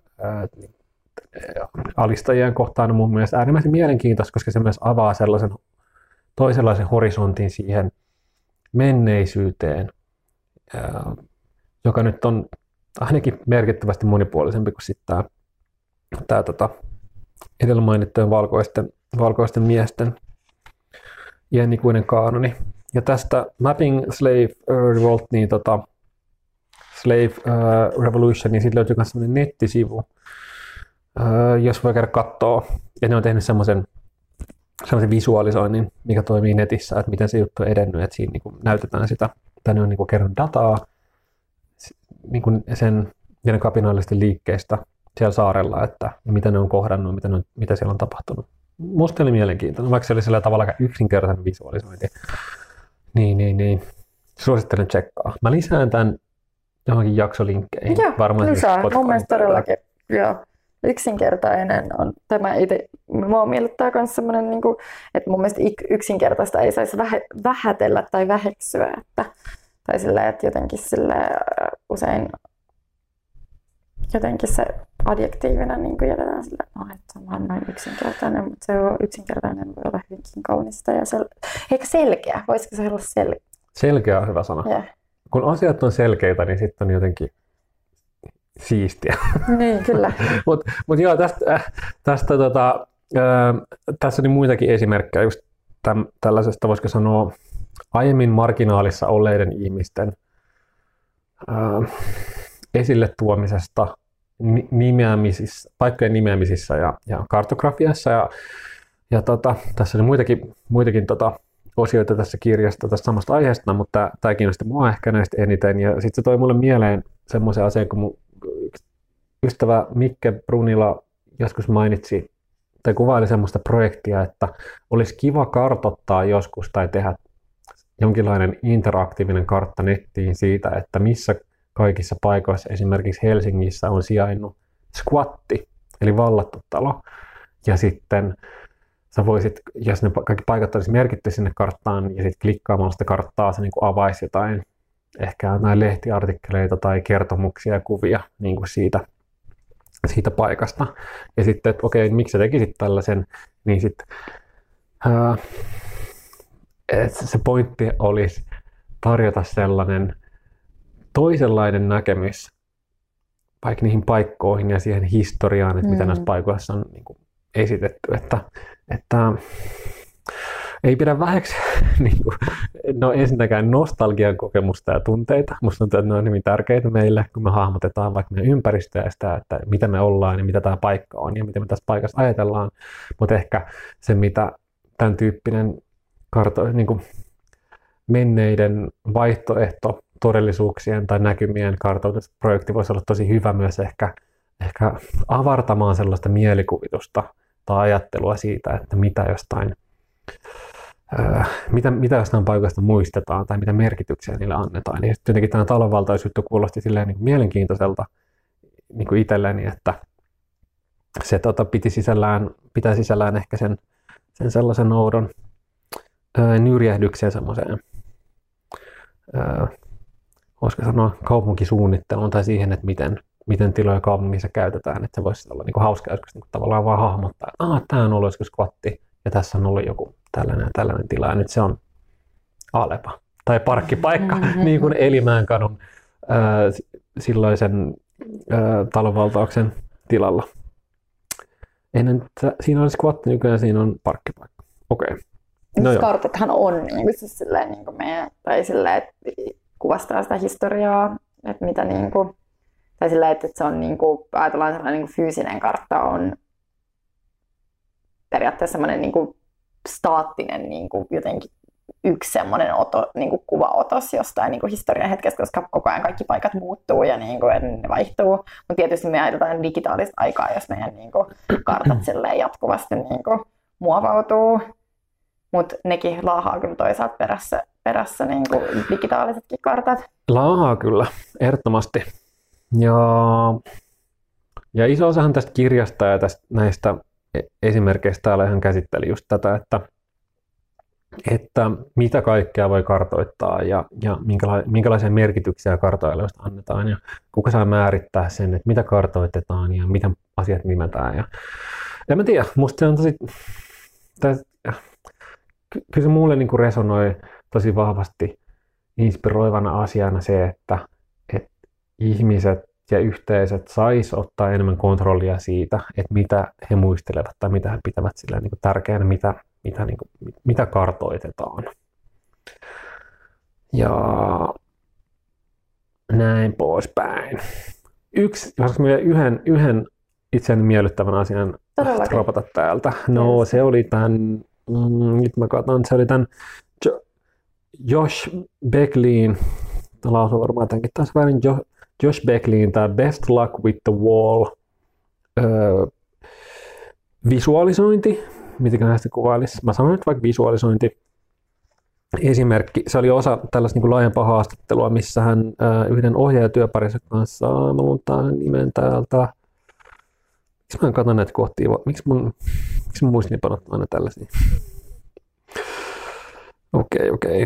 alistajien kohtaan on mun mielestä äärimmäisen mielenkiintoista, koska se myös avaa sellaisen toisenlaisen horisontin siihen menneisyyteen, joka nyt on ainakin merkittävästi monipuolisempi kuin sitten tämä edellä mainittujen valkoisten miesten iänikuinen kaanoni. Ja tästä Mapping Slave Revolt, niin Slave Revolution, niin siitä löytyy myös sellainen nettisivu, jos voi käydä katsoa. Ja ne on tehnyt semmoisen visualisoinnin, mikä toimii netissä, että miten se juttu on edennyt, että siinä niin kuin näytetään sitä, tai ne on niin kuin kerronut dataa niin kuin niiden kapinallisten liikkeistä siellä saarella, että mitä ne on kohdannut, mitä siellä on tapahtunut. Musta oli mielenkiintoinen, vaikka se oli sillä tavalla aika yksinkertainen visualisointi. Niin. Suosittelen tsekkaa. Mä lisään tämän johonkin jaksolinkkeihin. Joo, varmaan lisää. Mun mielestä todellakin. Joo. Yksinkertainen on tämä itse. Mua miellyttää myös semmoinen, että mun mielestä yksinkertaista ei saisi vähätellä tai väheksyä. Tai silleen, että jotenkin usein jotenkin se adjektiivina jätetään sille, että se on vaan noin yksinkertainen, mutta se on yksinkertainen voi olla hyvinkin kaunista ja eikä selkeä. Voisiko se olla selkeä? Selkeä on hyvä sana. Yeah. Kun asiat on selkeitä, niin sitten on jotenkin siistiä. Niin, kyllä. Mut joo, tässä on muitakin esimerkkejä just tällaisesta, voisiko sanoa, aiemmin marginaalissa olleiden ihmisten esille tuomisesta paikkojen nimeämisissä ja kartografiassa. Ja tässä on muitakin osioita tässä kirjasta tästä samasta aiheesta, mutta tämä kiinnosti mua ehkä näistä eniten. Ja sitten se toi mulle mieleen semmoisen asian, kun mun ystävä Mikke Brunila joskus mainitsi tai kuvaili semmoista projektia, että olisi kiva kartoittaa joskus tai tehdä jonkinlainen interaktiivinen kartta nettiin siitä, että missä kaikissa paikoissa, esimerkiksi Helsingissä, on sijainnut squatti, eli vallattu talo. Ja sitten sä voisit, jos ne kaikki paikat olisi merkitty sinne karttaan, ja sitten klikkaamalla sitä karttaa, se niin kuin avaisi jotain, ehkä jotain lehtiartikkeleita tai kertomuksia ja kuvia niin kuin siitä paikasta. Ja sitten, että okei, miksi sä tekisit tällaisen, niin sitten se pointti olisi tarjota sellainen toisenlainen näkemys vaikka niihin paikkoihin ja siihen historiaan, että mitä näissä paikoissa on niin kuin esitetty, että ei pidä vähäksi ensinnäkään nostalgian kokemusta ja tunteita. Musta tuntuu, että ne on hyvin tärkeitä meille, kun me hahmotetaan vaikka meidän ympäristöä ja sitä, että mitä me ollaan ja mitä tämä paikka on ja mitä me tässä paikassa ajatellaan. Mutta ehkä se, mitä tämän tyyppinen niin kuin menneiden vaihtoehto todellisuuksien tai näkymien kartoitusprojekti voisi olla tosi hyvä myös ehkä avartamaan sellaista mielikuvitusta tai ajattelua siitä, että mitä jostain paikasta muistetaan tai mitä merkityksiä niille annetaan. Ja jotenkin tämä talonvaltaisuutta kuulosti silleen niin mielenkiintoiselta niin kuin itselleni, että se pitää sisällään ehkä sen sellaisen oudon nyrjähdyksen semmoiseen voisiko sanoa kaupunkisuunnitteluun tai siihen, että miten tiloja kaupungissa käytetään, että se voisi olla niin kuin hauska joskus niin kuin tavallaan vaan hahmottaa, että tämä on ollut joskus skvatti ja tässä on ollut joku tällainen tila ja nyt se on Alepa tai parkkipaikka, niin kuin Elimäenkadun silloisen talonvaltauksen tilalla. Ennen siinä oli skvatti, nykyään siinä on parkkipaikka. Okei. No kartathan on niin siis silleen, niin kuin meidän, tai silleen, että kuvastaa sitä historiaa, että mitä niin kuin, tai silleen, että se on niin kuin, ajatellaan sellainen niin kuin fyysinen kartta on periaatteessa semmoinen niin kuin staattinen niin kuin jotenkin yksi semmoinen niin kuin kuvaotos jostain niin kuin historian hetkestä, koska koko ajan kaikki paikat muuttuu ja niin kuin, ne vaihtuu. Mutta tietysti me ajatetaan digitaalista aikaa, jos meidän niin kuin, kartat jatkuvasti niin kuin, muovautuu. Mutta nekin laahaa kyllä toisaalta perässä niin kuin digitaalisetkin kartat. Laahaa kyllä, ehdottomasti. Ja iso osahan tästä kirjasta ja näistä esimerkkeistä täällä ihan käsitteli just tätä, että mitä kaikkea voi kartoittaa ja minkälaisia merkityksiä kartoille annetaan ja kuka saa määrittää sen, että mitä kartoitetaan ja miten asiat nimetään. Ja en mä tiedä, musta se on kyllä se mulle niin kuin resonoi tosi vahvasti inspiroivana asiana se, että ihmiset ja yhteisöt sais ottaa enemmän kontrollia siitä, että mitä he muistelevat tai mitä he pitävät sillä niin kuin tärkeänä, mitä kartoitetaan. Ja näin poispäin. Voisiko yhden itseäni miellyttävän asian dropata täältä? No se oli nyt mä katson, se oli tämän Josh Becklin, lausun varmaan tämänkin taas väärin, Josh Becklin, tämä Best Luck with the Wall visualisointi, miten sitä kuvailisi. Mä sanon nyt vaikka visualisointi esimerkki. Se oli osa tällaista niin kuin laajempaa haastattelua, missä hän yhden ohjaajatyöparinsa kanssa, mä luun tämän nimen täältä. Miksi mä en katso näitä kohtia? Miksi mun muistiinpanot aina tällaisia? Okei.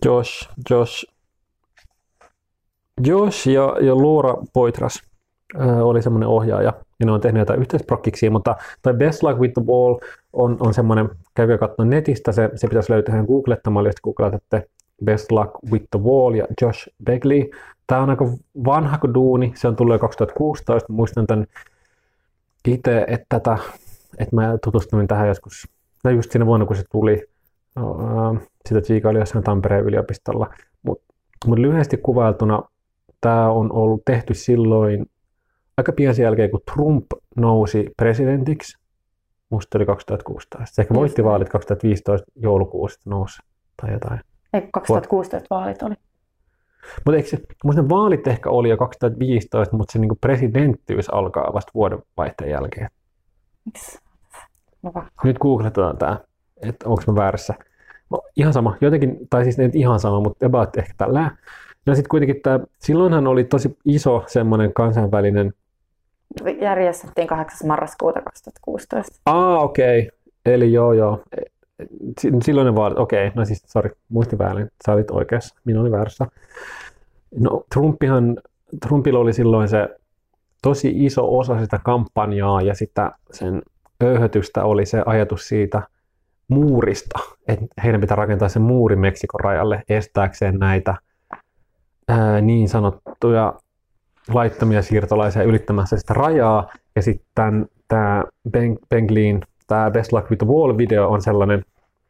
Josh ja Laura Poitras oli semmoinen ohjaaja, ja ne on tehnyt jotain yhteisprokkiksia, mutta toi Best Luck with the Wall on semmoinen, käykää katsoa netistä, se pitäisi löytää ihan googlettamalla, jos googlaatatte Best Luck with the Wall ja Josh Beckley. Tää on aika vanha kuin duuni, se on tullut jo 2016, muistan tämän itse, että mä tutustuin tähän joskus, just siinä vuonna kun se tuli, sitä tsiikaili jossain Tampereen yliopistolla, mutta lyhyesti kuvailtuna tämä on ollut tehty silloin aika pian sen jälkeen, kun Trump nousi presidentiksi. Musta oli 2016. Se ehkä voitti vaalit 2015 joulukuussa nousi tai jotain. Ei, 2016 vaalit oli. Mutta eikö se, musta vaalit ehkä oli jo 2015, mutta se niinku presidenttiys alkaa vasta vuodenvaihteen jälkeen. Miksi? Nyt googletaan tämä, että onko mä väärässä. No, ihan sama, jotenkin, tai siis ei ihan sama, mutta about ehkä tällä. No sitten kuitenkin silloinhan oli tosi iso semmoinen kansainvälinen. Järjestettiin 8. marraskuuta 2016. Okei. Eli joo. Silloinen vaalit, okei. No siis, sori, muistin väärin. Sä olit oikeassa, minä olin väärässä. No Trumpilla oli silloin se tosi iso osa sitä kampanjaa ja sitä sen öyhötystä oli se ajatus siitä muurista, että heidän pitää rakentaa se muuri Meksikon rajalle estääkseen näitä niin sanottuja laittomia siirtolaisia ylittämässä sitä rajaa. Ja sitten tämä Benglin, tämä Best Luck with the Wall-video on sellainen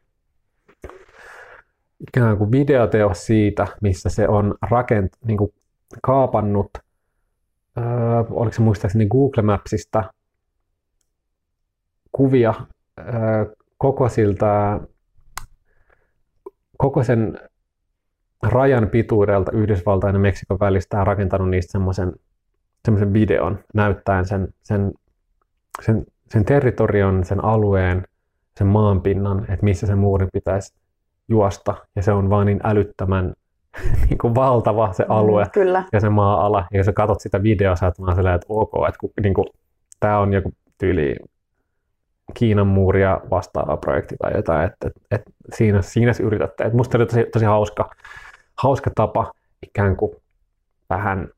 ikään kuin videoteos siitä, missä se on niin kuin kaapannut, oliko se muistaakseni Google Mapsista, kuvia koko sen rajan pituudelta Yhdysvaltain ja Meksikon välistä ja rakentanut niistä semmoisen videon näyttäen sen territorion, sen alueen, sen maanpinnan, että missä sen muurin pitäisi juosta. Ja se on vaan niin älyttömän niin kuin valtava se alue ja se maa-ala. Ja jos sä katsot sitä videoa, sä oot vaan sellainen, että ok, että niin tämä on joku tyyli Kiinan muuria vastaava projekti tai jotain, että siinä yritätte. Et musta oli tosi hauska tapa ikään kuin vähän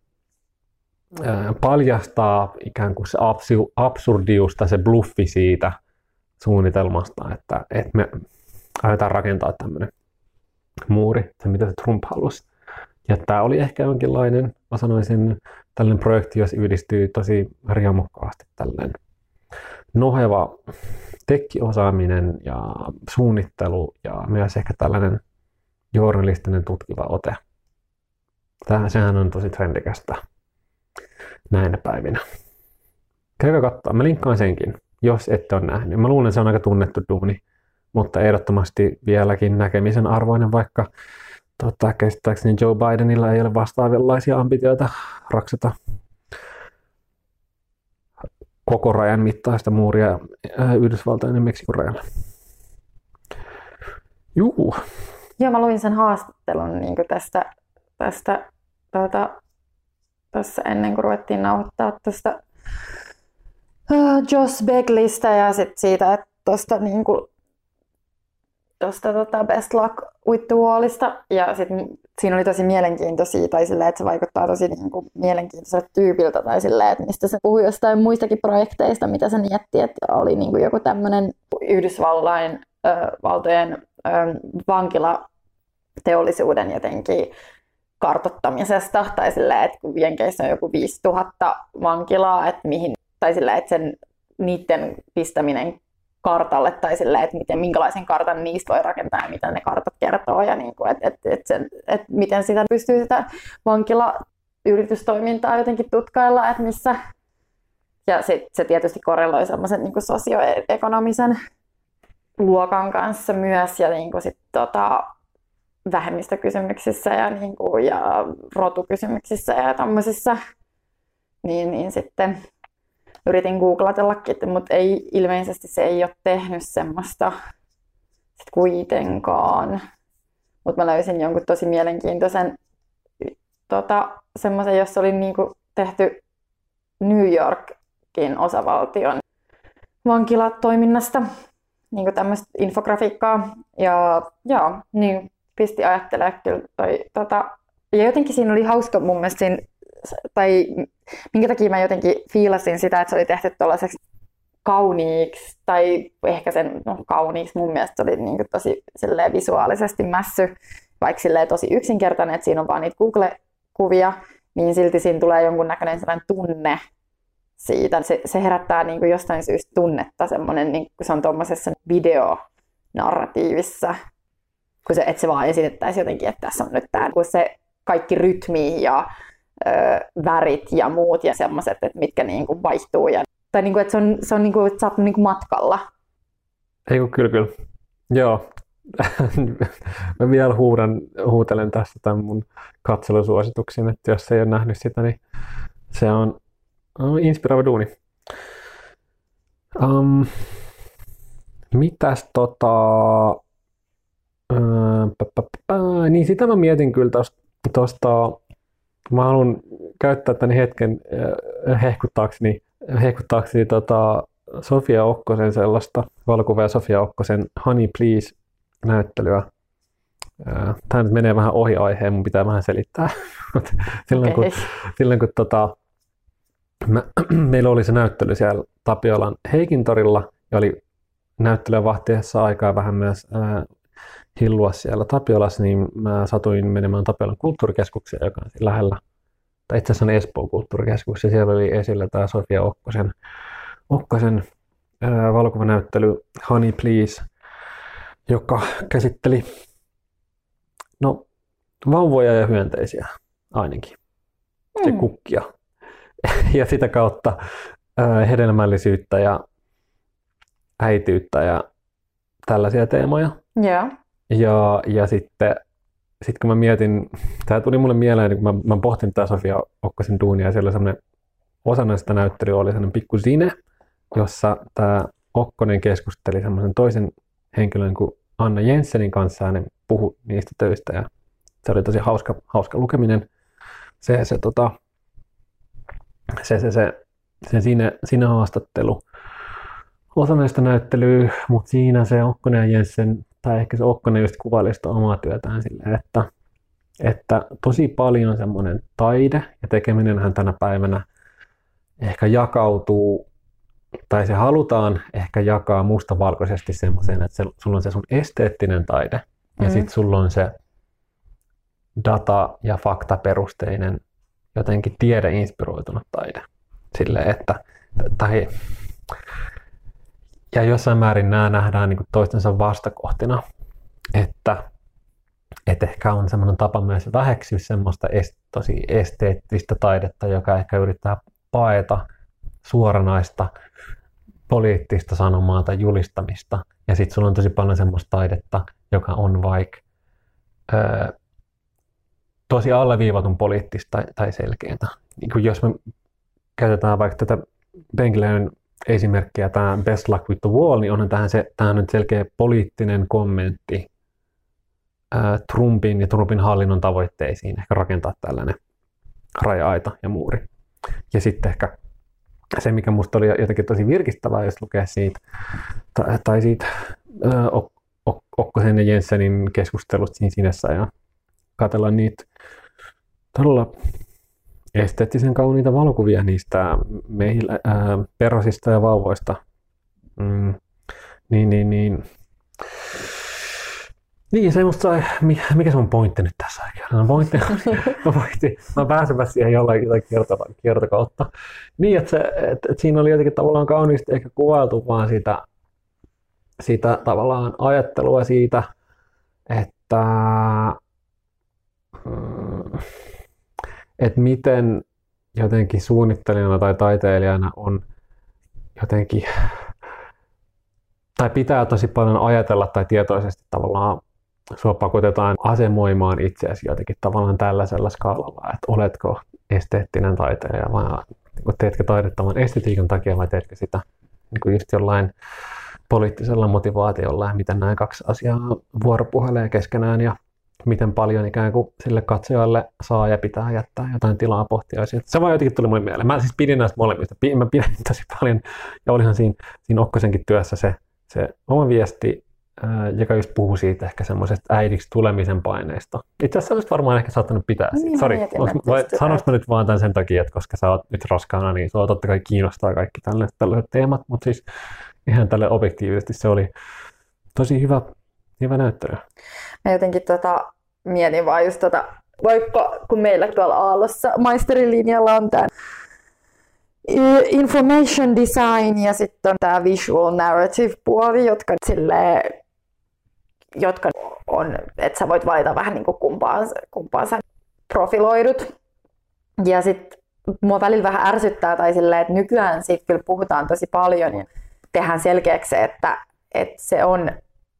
paljastaa ikään kuin se absurdius tai se bluffi siitä suunnitelmasta, että me aletaan rakentaa tämmöinen muuri, se mitä se Trump halusi. Ja tämä oli ehkä jonkinlainen, mä sanoisin, tällainen projekti, jos yhdistyy tosi riemukkaasti tällainen noheva tekkiosaaminen ja suunnittelu ja myös ehkä tällainen journalistinen tutkiva ote. Sehän on tosi trendikästä näinä päivinä. Käykää katsoa, mä linkkaan senkin, jos ette ole nähnyt. Mä luulen, että se on aika tunnettu duuni, mutta ehdottomasti vieläkin näkemisen arvoinen, vaikka käsittääkseni Joe Bidenilla ei ole vastaavanlaisia ambitioita raksata koko rajan mittaista muuria Yhdysvaltain ja Meksikon rajalla. Juu. Joo, mä luin sen haastattelun niin tässä ennen kuin ruvettiin nauhoittaa tästä Josh Begleystä ja sit siitä, että tuosta Best Luck with the Wallista. Ja sit siinä oli tosi mielenkiintoisia, tai silleen, että se vaikuttaa tosi mielenkiintoiselta tyypiltä, tai silleen, että mistä se puhui jostain muistakin projekteista, mitä se mietti, että oli joku tämmöinen Yhdysvallain valtojen vankilateollisuuden jotenkin kartoittamisesta, tai silleen, että kun Jenkeissä on joku 5000 vankilaa, että mihin, tai silleen, että niiden pistäminen kartalle, tai silleen, että minkälaisen kartan niistä voi rakentaa ja mitä ne kartat kertoo, ja että miten sitä pystyy sitä vankilayritystoimintaa jotenkin tutkailla, että missä. Ja se tietysti korreloi semmoisen sosioekonomisen luokan kanssa myös, ja vähemmistökysymyksissä ja rotukysymyksissä ja tommosissa, niin sitten yritin googlatellakin, mutta ilmeisesti se ei ole tehnyt semmoista sit kuitenkaan. Mutta mä löysin jonkun tosi mielenkiintoisen semmoisen, jossa oli tehty New Yorkin osavaltion vankilatoiminnasta tämmöistä infografiikkaa. Ja joo, niin pisti ajattelemaan kyllä ja jotenkin siinä oli hauska mun mielestä tai minkä takia mä jotenkin fiilasin sitä, että se oli tehty tuollaiseksi kauniiksi, tai ehkä kauniiksi mun mielestä se oli tosi visuaalisesti mässy, vaikka tosi yksinkertainen, että siinä on vaan niitä Google-kuvia, niin silti siinä tulee jonkunnäköinen sellainen tunne siitä. Se herättää jostain syystä tunnetta, semmoinen, kun se on tuommoisessa videonarratiivissa, että se vaan esitettäisiin jotenkin, että tässä on nyt tämä, kun se kaikki rytmi ja värit ja muut ja semmoiset, että mitkä vaihtuu. Tai että se on että sä oot matkalla. Ei kun kyllä. Joo. Mä vielä huutelen tästä tämän mun katselusuosituksen, että jos ei ole nähnyt sitä, niin se on inspiroiva duuni. Mitäs niin sitä mä mietin kyllä tosta. Mä haluan käyttää tämän hetken hehkuttaakseni Sofia Okkosen sellaista valokuvaa Sofia Okkosen Honey Please-näyttelyä. Tämä nyt menee vähän ohi aiheen, mun pitää vähän selittää. silloin kun meillä oli se näyttely siellä Tapiolan Heikintorilla ja oli näyttelyä vahtiessa aikaa vähän myös hillua siellä Tapiolassa, niin mä satuin menemään Tapiolan kulttuurikeskukseen, joka on lähellä, tai itse asiassa on Espoon kulttuurikeskus, ja siellä oli esillä tämä Sofia Okkosen valokuvanäyttely Honey Please, joka käsitteli vauvoja ja hyönteisiä ainakin, ja kukkia, ja sitä kautta hedelmällisyyttä ja äitiyttä ja tällaisia teemoja. Yeah. Ja sitten kun mä mietin, tämä tuli mulle mieleen, kun mä pohtin tätä Sofia Okkosen duunia, ja siellä semmoinen osana sitä näyttelyä oli semmoinen pikku zine, jossa tämä Okkonen keskusteli semmoisen toisen henkilön kuin Anna Jenssenin kanssa, ja ne puhui niistä töistä, ja se oli tosi hauska lukeminen. Se haastattelu osa näistä näyttelyä, mutta siinä se Okkonen ja Jensen, tai ehkä se Okkonen just kuvaili sitä omaa työtään silleen, että tosi paljon semmoinen taide ja tekeminenhän tänä päivänä ehkä jakautuu, tai se halutaan ehkä jakaa mustavalkoisesti semmoiseen, että sulla on se sun esteettinen taide, ja sitten sulla on se data- ja faktaperusteinen, jotenkin tiedeinspiroitunut taide. Silleen, ja jossain määrin nämä nähdään niin toistensa vastakohtina, että ehkä on semmoinen tapa myös väheksyä semmoista tosi esteettistä taidetta, joka ehkä yrittää paeta suoranaista poliittista sanomaa tai julistamista. Ja sitten sulla on tosi paljon semmoista taidetta, joka on vaikka tosi alleviivatun poliittista tai selkeää. Niin jos me käytetään vaikka tätä Benglön esimerkkiä, tämä Best Luck with the Wall, niin onhan tähän nyt selkeä poliittinen kommentti Trumpin ja Trumpin hallinnon tavoitteisiin, ehkä rakentaa tällainen raja-aita ja muuri. Ja sitten ehkä se, mikä musta oli jotenkin tosi virkistävää, jos lukee siitä, tai siitä Okkosen ja Jensenin keskustelusta siinä Sinessä ja katsella niitä todella esteettisen kauniita valokuvia niistä perhosista ja vauvoista. Niin, se musta sai, mikä se on pointti nyt tässä oikein? Mä pääsenpä siihen jollain kiertokautta. Niin, että siinä oli jotenkin tavallaan kauniisti ehkä kuvailtu vaan sitä tavallaan ajattelua siitä, että miten jotenkin suunnittelijana tai taiteilijana on jotenkin, tai pitää tosi paljon ajatella tai tietoisesti tavallaan sua pakotetaan asemoimaan itseäsi jotenkin tavallaan tällaisella skaalalla, että oletko esteettinen taiteilija vai teetkö taidetta vain estetiikan takia vai teetkö sitä niin kuin just jollain poliittisella motivaatiolla ja miten nämä kaksi asiaa vuoropuhelee keskenään ja miten paljon ikään kuin sille katsojalle saa ja pitää jättää jotain tilaa pohtia asioita. Se vaan jotenkin tuli mulle mieleen. Mä siis pidin näistä molemmista. Mä pidän tosi paljon ja olihan siinä Okkosenkin työssä se oma viesti, joka just puhuu siitä ehkä semmoisesta äidiksi tulemisen paineista. Itse asiassa olisit varmaan ehkä saattanut pitää siitä. Niin, Sori, sanoinko mä nyt vaan tämän sen takia, että koska sä oot nyt raskaana, niin sua totta kai kiinnostaa kaikki tällaiset teemat, mutta siis ihan tälle objektiivisesti se oli tosi hyvä näyttely. Mä jotenkin mietin vaan just vaikka kun meillä tuolla Aallossa maisterilinjalla on tämä information design ja sitten on tämä visual narrative puoli, jotka on, että sä voit valita vähän niin kuin kumpaan sä profiloidut. Ja sitten mua välillä vähän ärsyttää tai silleen, että nykyään siitä kyllä puhutaan tosi paljon ja tehdään selkeäksi, että se on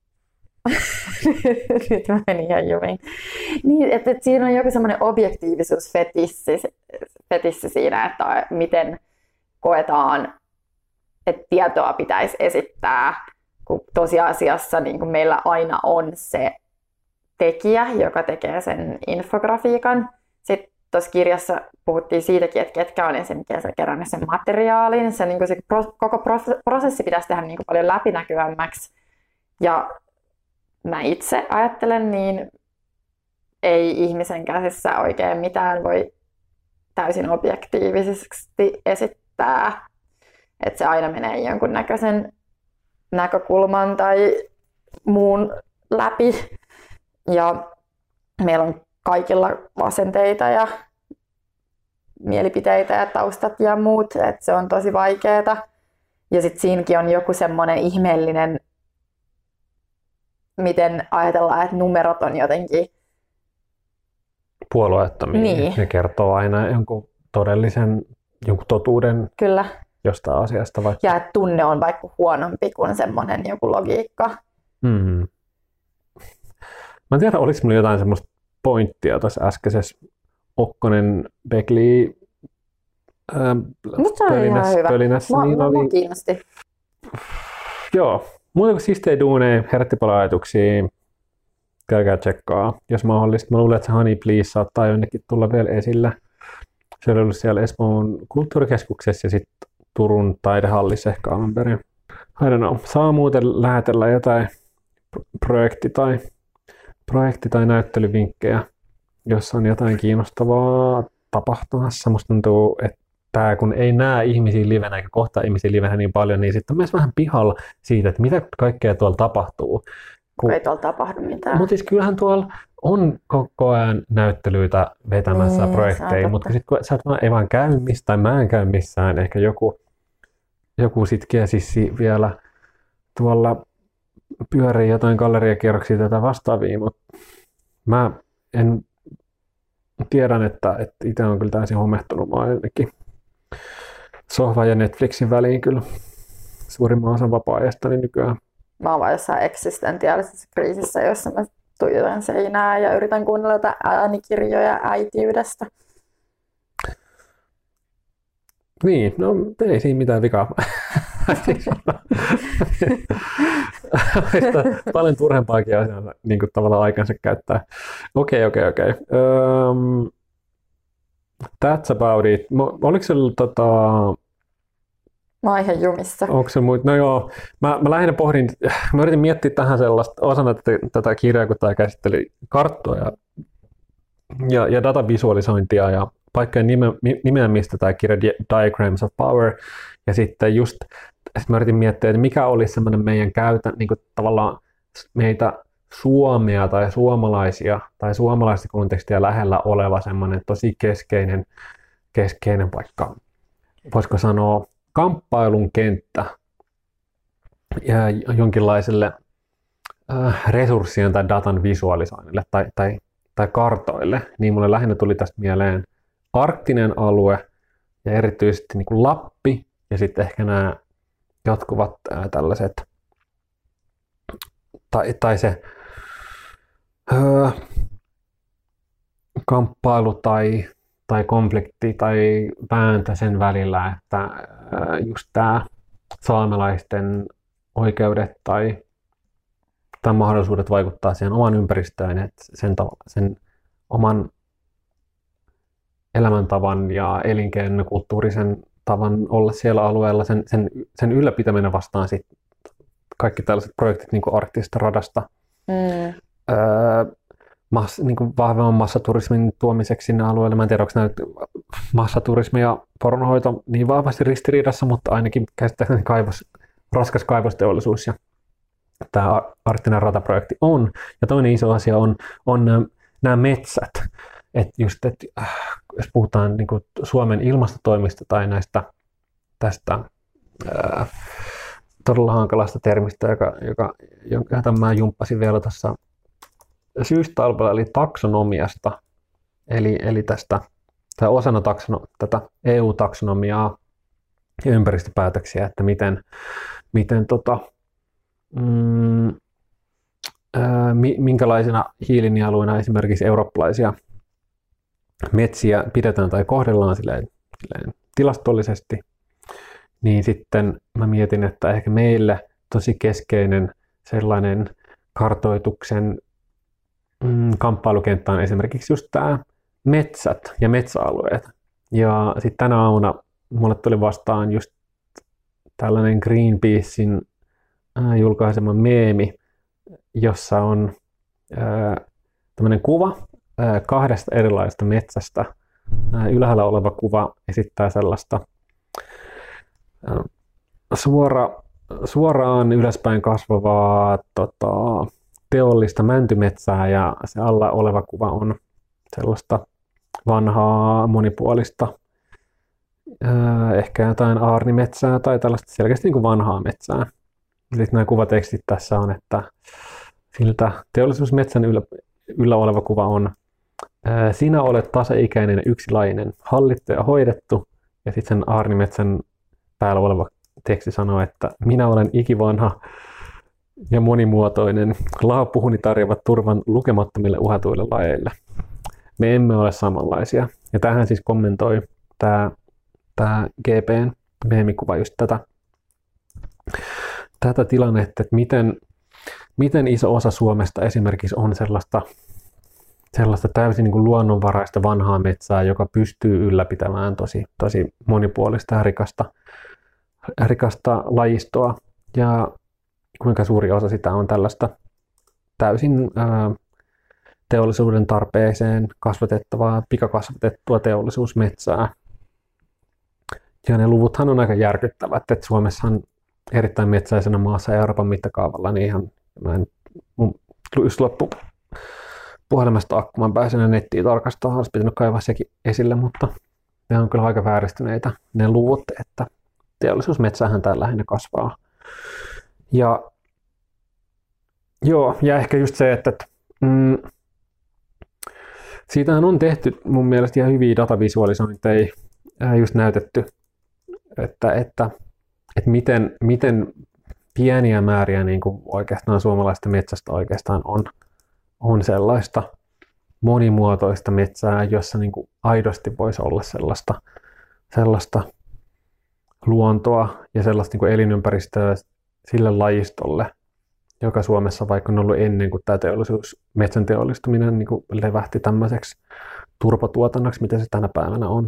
nyt mä menin ihan jumiin. Niin, että siinä on joku semmoinen objektiivisuusfetissi siinä, että miten koetaan, että tietoa pitäisi esittää, kun tosiasiassa niin kuin meillä aina on se tekijä, joka tekee sen infografiikan. Sitten tuossa kirjassa puhuttiin siitäkin, että ketkä on ensinnäkin kerännyt sen materiaalin. Se, niin kuin se koko prosessi pitäisi tehdä niin kuin paljon läpinäkyvämmäksi. Ja mä itse ajattelen, niin ei ihmisen käsissä oikein mitään voi täysin objektiivisesti esittää. Että se aina menee jonkunnäköisen näkökulman tai muun läpi. Ja meillä on kaikilla asenteita ja mielipiteitä ja taustat ja muut, että se on tosi vaikeaa. Ja sitten siinäkin on joku semmoinen ihmeellinen, miten ajatellaan, että numerot on jotenkin puolueettomia. Niin. Ne kertoo aina jonkun totuuden Kyllä. jostain asiasta. Vaikka. Ja että tunne on vaikka huonompi kuin semmoinen joku logiikka. Mm-hmm. Mä en tiedä, oliko minulla jotain semmoista pointtia tuossa äskeisessä Okkonen Beckley pölinässä. Mua kiinnosti. Joo, muuta kuin siistejä duuneja, herätti paljon ajatuksia. Käykää tsekkaa, jos mahdollista. Mä luulen, että se Honey Please saattaa jonnekin tulla vielä esille. Se oli ollut siellä Espoon kulttuurikeskuksessa ja sitten Turun taidehallissa ehkä alun perin. I don't know. Saa muuten lähetellä jotain projekti- tai näyttelyvinkkejä, jossa on jotain kiinnostavaa tapahtumassa. Musta tuntuu, että kun ei näe ihmisiä livenä eikä kohtaa ihmisiä livenä niin paljon, niin sitten on myös vähän pihalla siitä, että mitä kaikkea tuolla tapahtuu. Ei tuolla tapahdu mitään. Mutta siis kyllähän tuolla on koko ajan näyttelyitä vetämässä projekteja, mutta sitten kun sä ei vaan käy mistään, mä en käy missään, ehkä joku sitkeä sissi vielä tuolla pyörii jotain galleriakierroksia tätä vastaavia, mutta mä tiedän, että itse on kyllä täysin homehtunut. Mä oon jotenkin sohvan ja Netflixin väliin kyllä suurimman osan vapaa-ajastani nykyään. Mä oon vaan jossain eksistentiaalisessa kriisissä, jossa mä tuijotan seinää ja yritän kuunnella jotain äänikirjoja äitiydestä. Niin, no ei siinä mitään vikaa. Paljon turhempaakin asiaa niin kuin tavallaan aikansa käyttää. Okei. That's about it. Oliko se Mä oon ihan jumissa. Onko se muut? No joo, mä lähinnä pohdin, mä yritin miettiä tähän sellaista osana tätä kirjaa, kun tämä käsitteli karttoja ja datavisualisointia ja paikkojen nimeämistä tämä kirja Diagrams of Power. Ja sitten just mä yritin miettiä, että mikä olisi semmoinen meidän niin kuin tavallaan meitä suomea tai suomalaisia tai suomalaista kontekstia lähellä oleva semmoinen tosi keskeinen vaikka, voisiko sanoa, kamppailun kenttä ja jonkinlaiselle resurssien tai datan visualisoinnille tai kartoille, niin mulle lähinnä tuli tästä mieleen arktinen alue ja erityisesti niin kuin Lappi ja sitten ehkä nämä jatkuvat tällaiset tai se kamppailu tai konflikti tai vääntö sen välillä, että just tämä saamelaisten oikeudet tai mahdollisuudet vaikuttaa siihen oman ympäristöön, että sen oman elämäntavan ja elinkeinokulttuurisen tavan olla siellä alueella, sen ylläpitäminen vastaan sit kaikki tällaiset projektit niin kuin Arktisesta radasta, niin kuin vahvemman massaturismin tuomiseksi sinne alueelle. Mä en tiedä, onko nämä massaturismi ja poronhoito niin vahvasti ristiriidassa, mutta ainakin käsittääkseni raskas kaivosteollisuus ja tämä Arktinen rataprojekti on. Ja toinen iso asia on nämä metsät. Jos puhutaan niin kuin Suomen ilmastotoimista tai tästä todella hankalasta termistä, jonka mä jumppasin vielä tuossa syystalvella, eli taksonomiasta, eli tästä osana tätä EU-taksonomiaa ja ympäristöpäätöksiä, että minkälaisina hiilinieluina esimerkiksi eurooppalaisia metsiä pidetään tai kohdellaan silleen tilastollisesti, niin sitten mä mietin, että ehkä meille tosi keskeinen sellainen kartoituksen kamppailukenttä on esimerkiksi just tämä metsät ja metsäalueet. Ja sitten tänä aamuna mulle tuli vastaan just tällainen Greenpeacein julkaisema meemi, jossa on tämmöinen kuva kahdesta erilaisesta metsästä. Ylhäällä oleva kuva esittää sellaista suoraan ylöspäin kasvavaa teollista mäntymetsää ja se alla oleva kuva on sellaista vanhaa monipuolista, ehkä jotain aarnimetsää tai tällaista selkeästi niin kuin vanhaa metsää. Sitten nämä kuvatekstit tässä on, että siltä teollisuusmetsän yllä oleva kuva on: sinä olet tasaikäinen ja yksilainen, hallittu ja hoidettu. Ja sitten sen aarnimetsän päällä oleva teksti sanoo, että minä olen ikivanha ja monimuotoinen, lahopuhuni tarjoavat turvan lukemattomille uhatuille lajeille. Me emme ole samanlaisia. Ja tähän siis kommentoi tämä GPn meemikuva just tätä tilannetta, että miten iso osa Suomesta esimerkiksi on sellaista täysin niin kuin luonnonvaraista vanhaa metsää, joka pystyy ylläpitämään tosi monipuolista ja rikasta lajistoa, ja kuinka suuri osa sitä on tällaista täysin teollisuuden tarpeeseen kasvatettavaa, pikakasvatettua teollisuusmetsää. Ja ne luvuthan on aika järkyttävät, että Suomessahan erittäin metsäisenä maassa Euroopan mittakaavalla, niin ihan just loppu puhelimesta akku, mä pääsen nettiin tarkastaa, olisi pitänyt kaivaa sekin esille, mutta ne on kyllä aika vääristyneitä ne luvut, että teollisuusmetsähän täällä lähinnä kasvaa. Ja ehkä just se, että siitähän on tehty mun mielestä ihan hyviä datavisualisointeja, just näytetty, että että miten pieniä määriä niin kuin oikeastaan suomalaista metsästä oikeastaan on sellaista monimuotoista metsää, jossa niin kuin aidosti voisi olla sellaista luontoa ja sellaista niin kuin elinympäristöä sille lajistolle, joka Suomessa vaikka on ollut ennen kuin tämä metsän teollistuminen niin kuin levähti tämmöiseksi turpatuotannoksi, mitä se tänä päivänä on.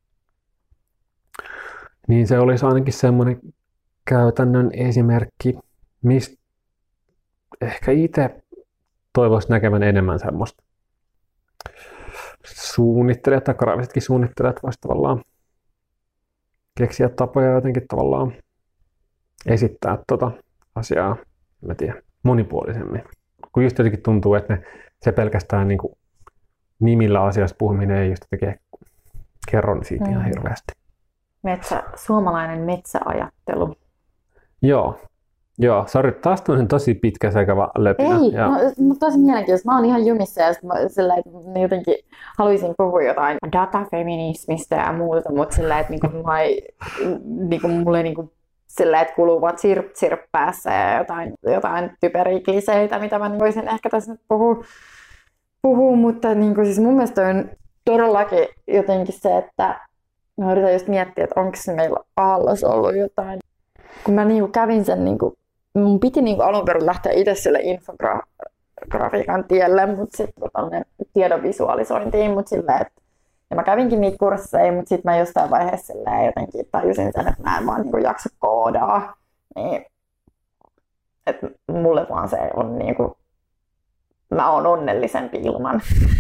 Niin se olisi ainakin semmoinen käytännön esimerkki, mistä ehkä itse toivoisi näkevän enemmän semmoista. Suunnittelijat tai graafisetkin suunnittelijat voisivat tavallaan keksiä tapoja jotenkin tavallaan esittää asiaa, mä tiedän, monipuolisemmin. Kun just jotenkin tuntuu, että se pelkästään niin kuin nimillä asiasta puhuminen ei just jotenkin kerro siitä ihan hirveästi. Suomalainen metsäajattelu. Joo, sori, taas tämmöinen tosi pitkä sekava löpinä. Ei, mutta tosi mielenkiintoista. Mä oon ihan jumissa ja jotenkin haluaisin puhua jotain datafeminismistä ja muuta, mutta sillä että mulle sillä että kuluu vaan tsirp päässä ja jotain typeriä kliseitä, mitä mä voisin ehkä tässä nyt puhua, mutta siis mun mielestä on todellakin jotenkin se, että mä yritän just miettiä, että onko se meillä Aallossa ollut jotain. Kun mä kävin sen, mun piti alun perin lähteä itse sille infografiikan tielle, mutta sitten tuonne tiedon visualisointiin, mutta silleen, että ja mä kävinkin niitä kursseja, mutta sitten mä jostain vaiheessa jotenkin tajusin sen, että mä en vaan jaksa koodaa. Niin, että mulle vaan se on mä oon onnellisempi ilman.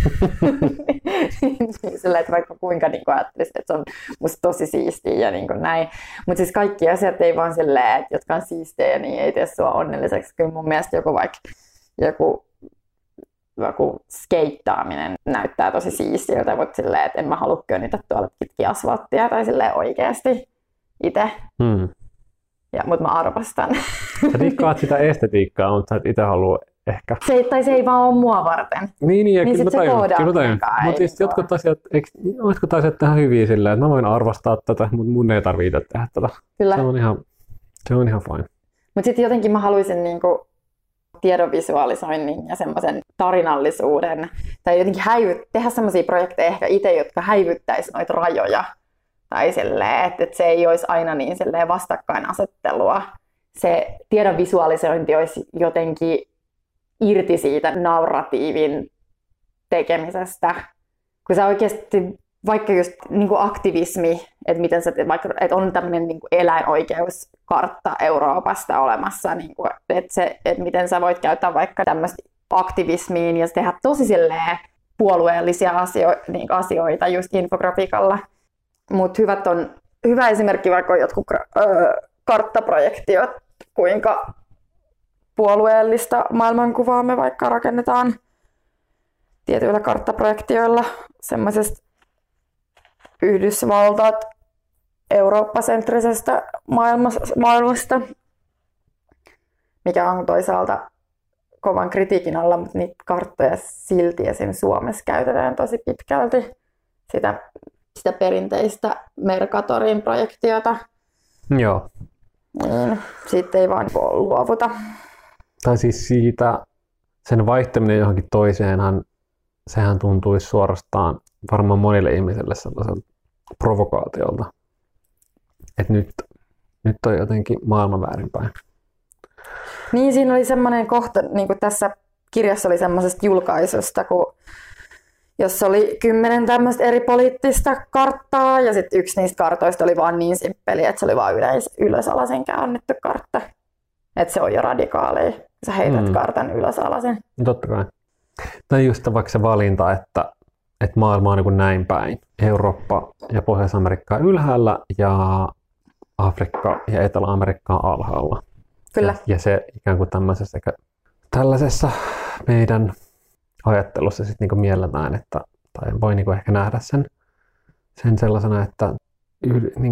Sillä, että vaikka kuinka ajattelisin, että se on musta tosi siistiä ja näin. Mutta siis kaikki asiat ei vaan silleen, että jotka on siistejä, niin ei tee sua onnelliseksi. Kyllä mun mielestä joku skeittaaminen näyttää tosi siistiltä, mutta silleen, että en mä halua könnytä tuolla pitkin asfalttia tai silleen oikeasti itse. Mutta mä arvostan. Sä dikkaat sitä estetiikkaa, mutta sä et itse halua ehkä. Se ei vaan ole mua varten. Niin kyllä mä tajun. Mutta siis jotkut asiat tähän hyviä silleen, että mä voin arvostaa tätä, mutta mun ei tarvitse tehdä tätä. Kyllä. Se on ihan fine. Mutta sitten jotenkin mä haluaisin tiedon visualisoinnin ja semmoisen tarinallisuuden, tai jotenkin tehdä semmoisia projekteja ehkä itse, jotka häivyttäisi noita rajoja. Tai silleen, että se ei olisi aina niin vastakkainasettelua. Se tiedon visualisointi olisi jotenkin irti siitä narratiivin tekemisestä. Kun sä oikeasti, vaikka just aktivismi, että miten että on tämmöinen eläinoikeuskartta Euroopasta olemassa, että miten sä voit käyttää vaikka tämmöistä aktivismiin ja tehdä tosi puolueellisia asioita just infografiikalla. Mutta hyvä esimerkki vaikka on jotkut karttaprojektiot, kuinka puolueellista maailmankuvaa me vaikka rakennetaan tietyillä karttaprojektioilla semmoisesta Yhdysvaltat Eurooppa-sentrisestä maailmasta, mikä on toisaalta kovan kritiikin alla, mutta niitä karttoja silti esimerkiksi Suomessa käytetään tosi pitkälti sitä perinteistä Mercatorin projektiota. Joo. Niin, siitä ei vaan luovuta. Tai siis siitä, sen vaihtaminen johonkin toiseenhan, sehän tuntuisi suorastaan varmaan monille ihmisille sellaiselta provokaatiolta. Että nyt on jotenkin maailma väärinpäin. Niin, siinä oli semmoinen kohta, niin kuin tässä kirjassa oli semmoisesta julkaisusta, jossa oli 10 tämmöistä eri poliittista karttaa, ja sitten yksi niistä kartoista oli vaan niin simppeli, että se oli vaan ylösalaisen käännetty kartta. Että se on jo radikaalia, sä heität kartan ylösalaisen. Totta kai. Tai just vaikka se valinta, että maailma on niin näin päin. Eurooppa ja Pohjois-Amerikka ylhäällä ja Afrikka ja Etelä-Amerikka on alhaalla. Kyllä. Ja se ikään kuin tällaisessa meidän ajattelussa sitten niin mielletään, että, tai voi niin ehkä nähdä sen sellaisena, että niin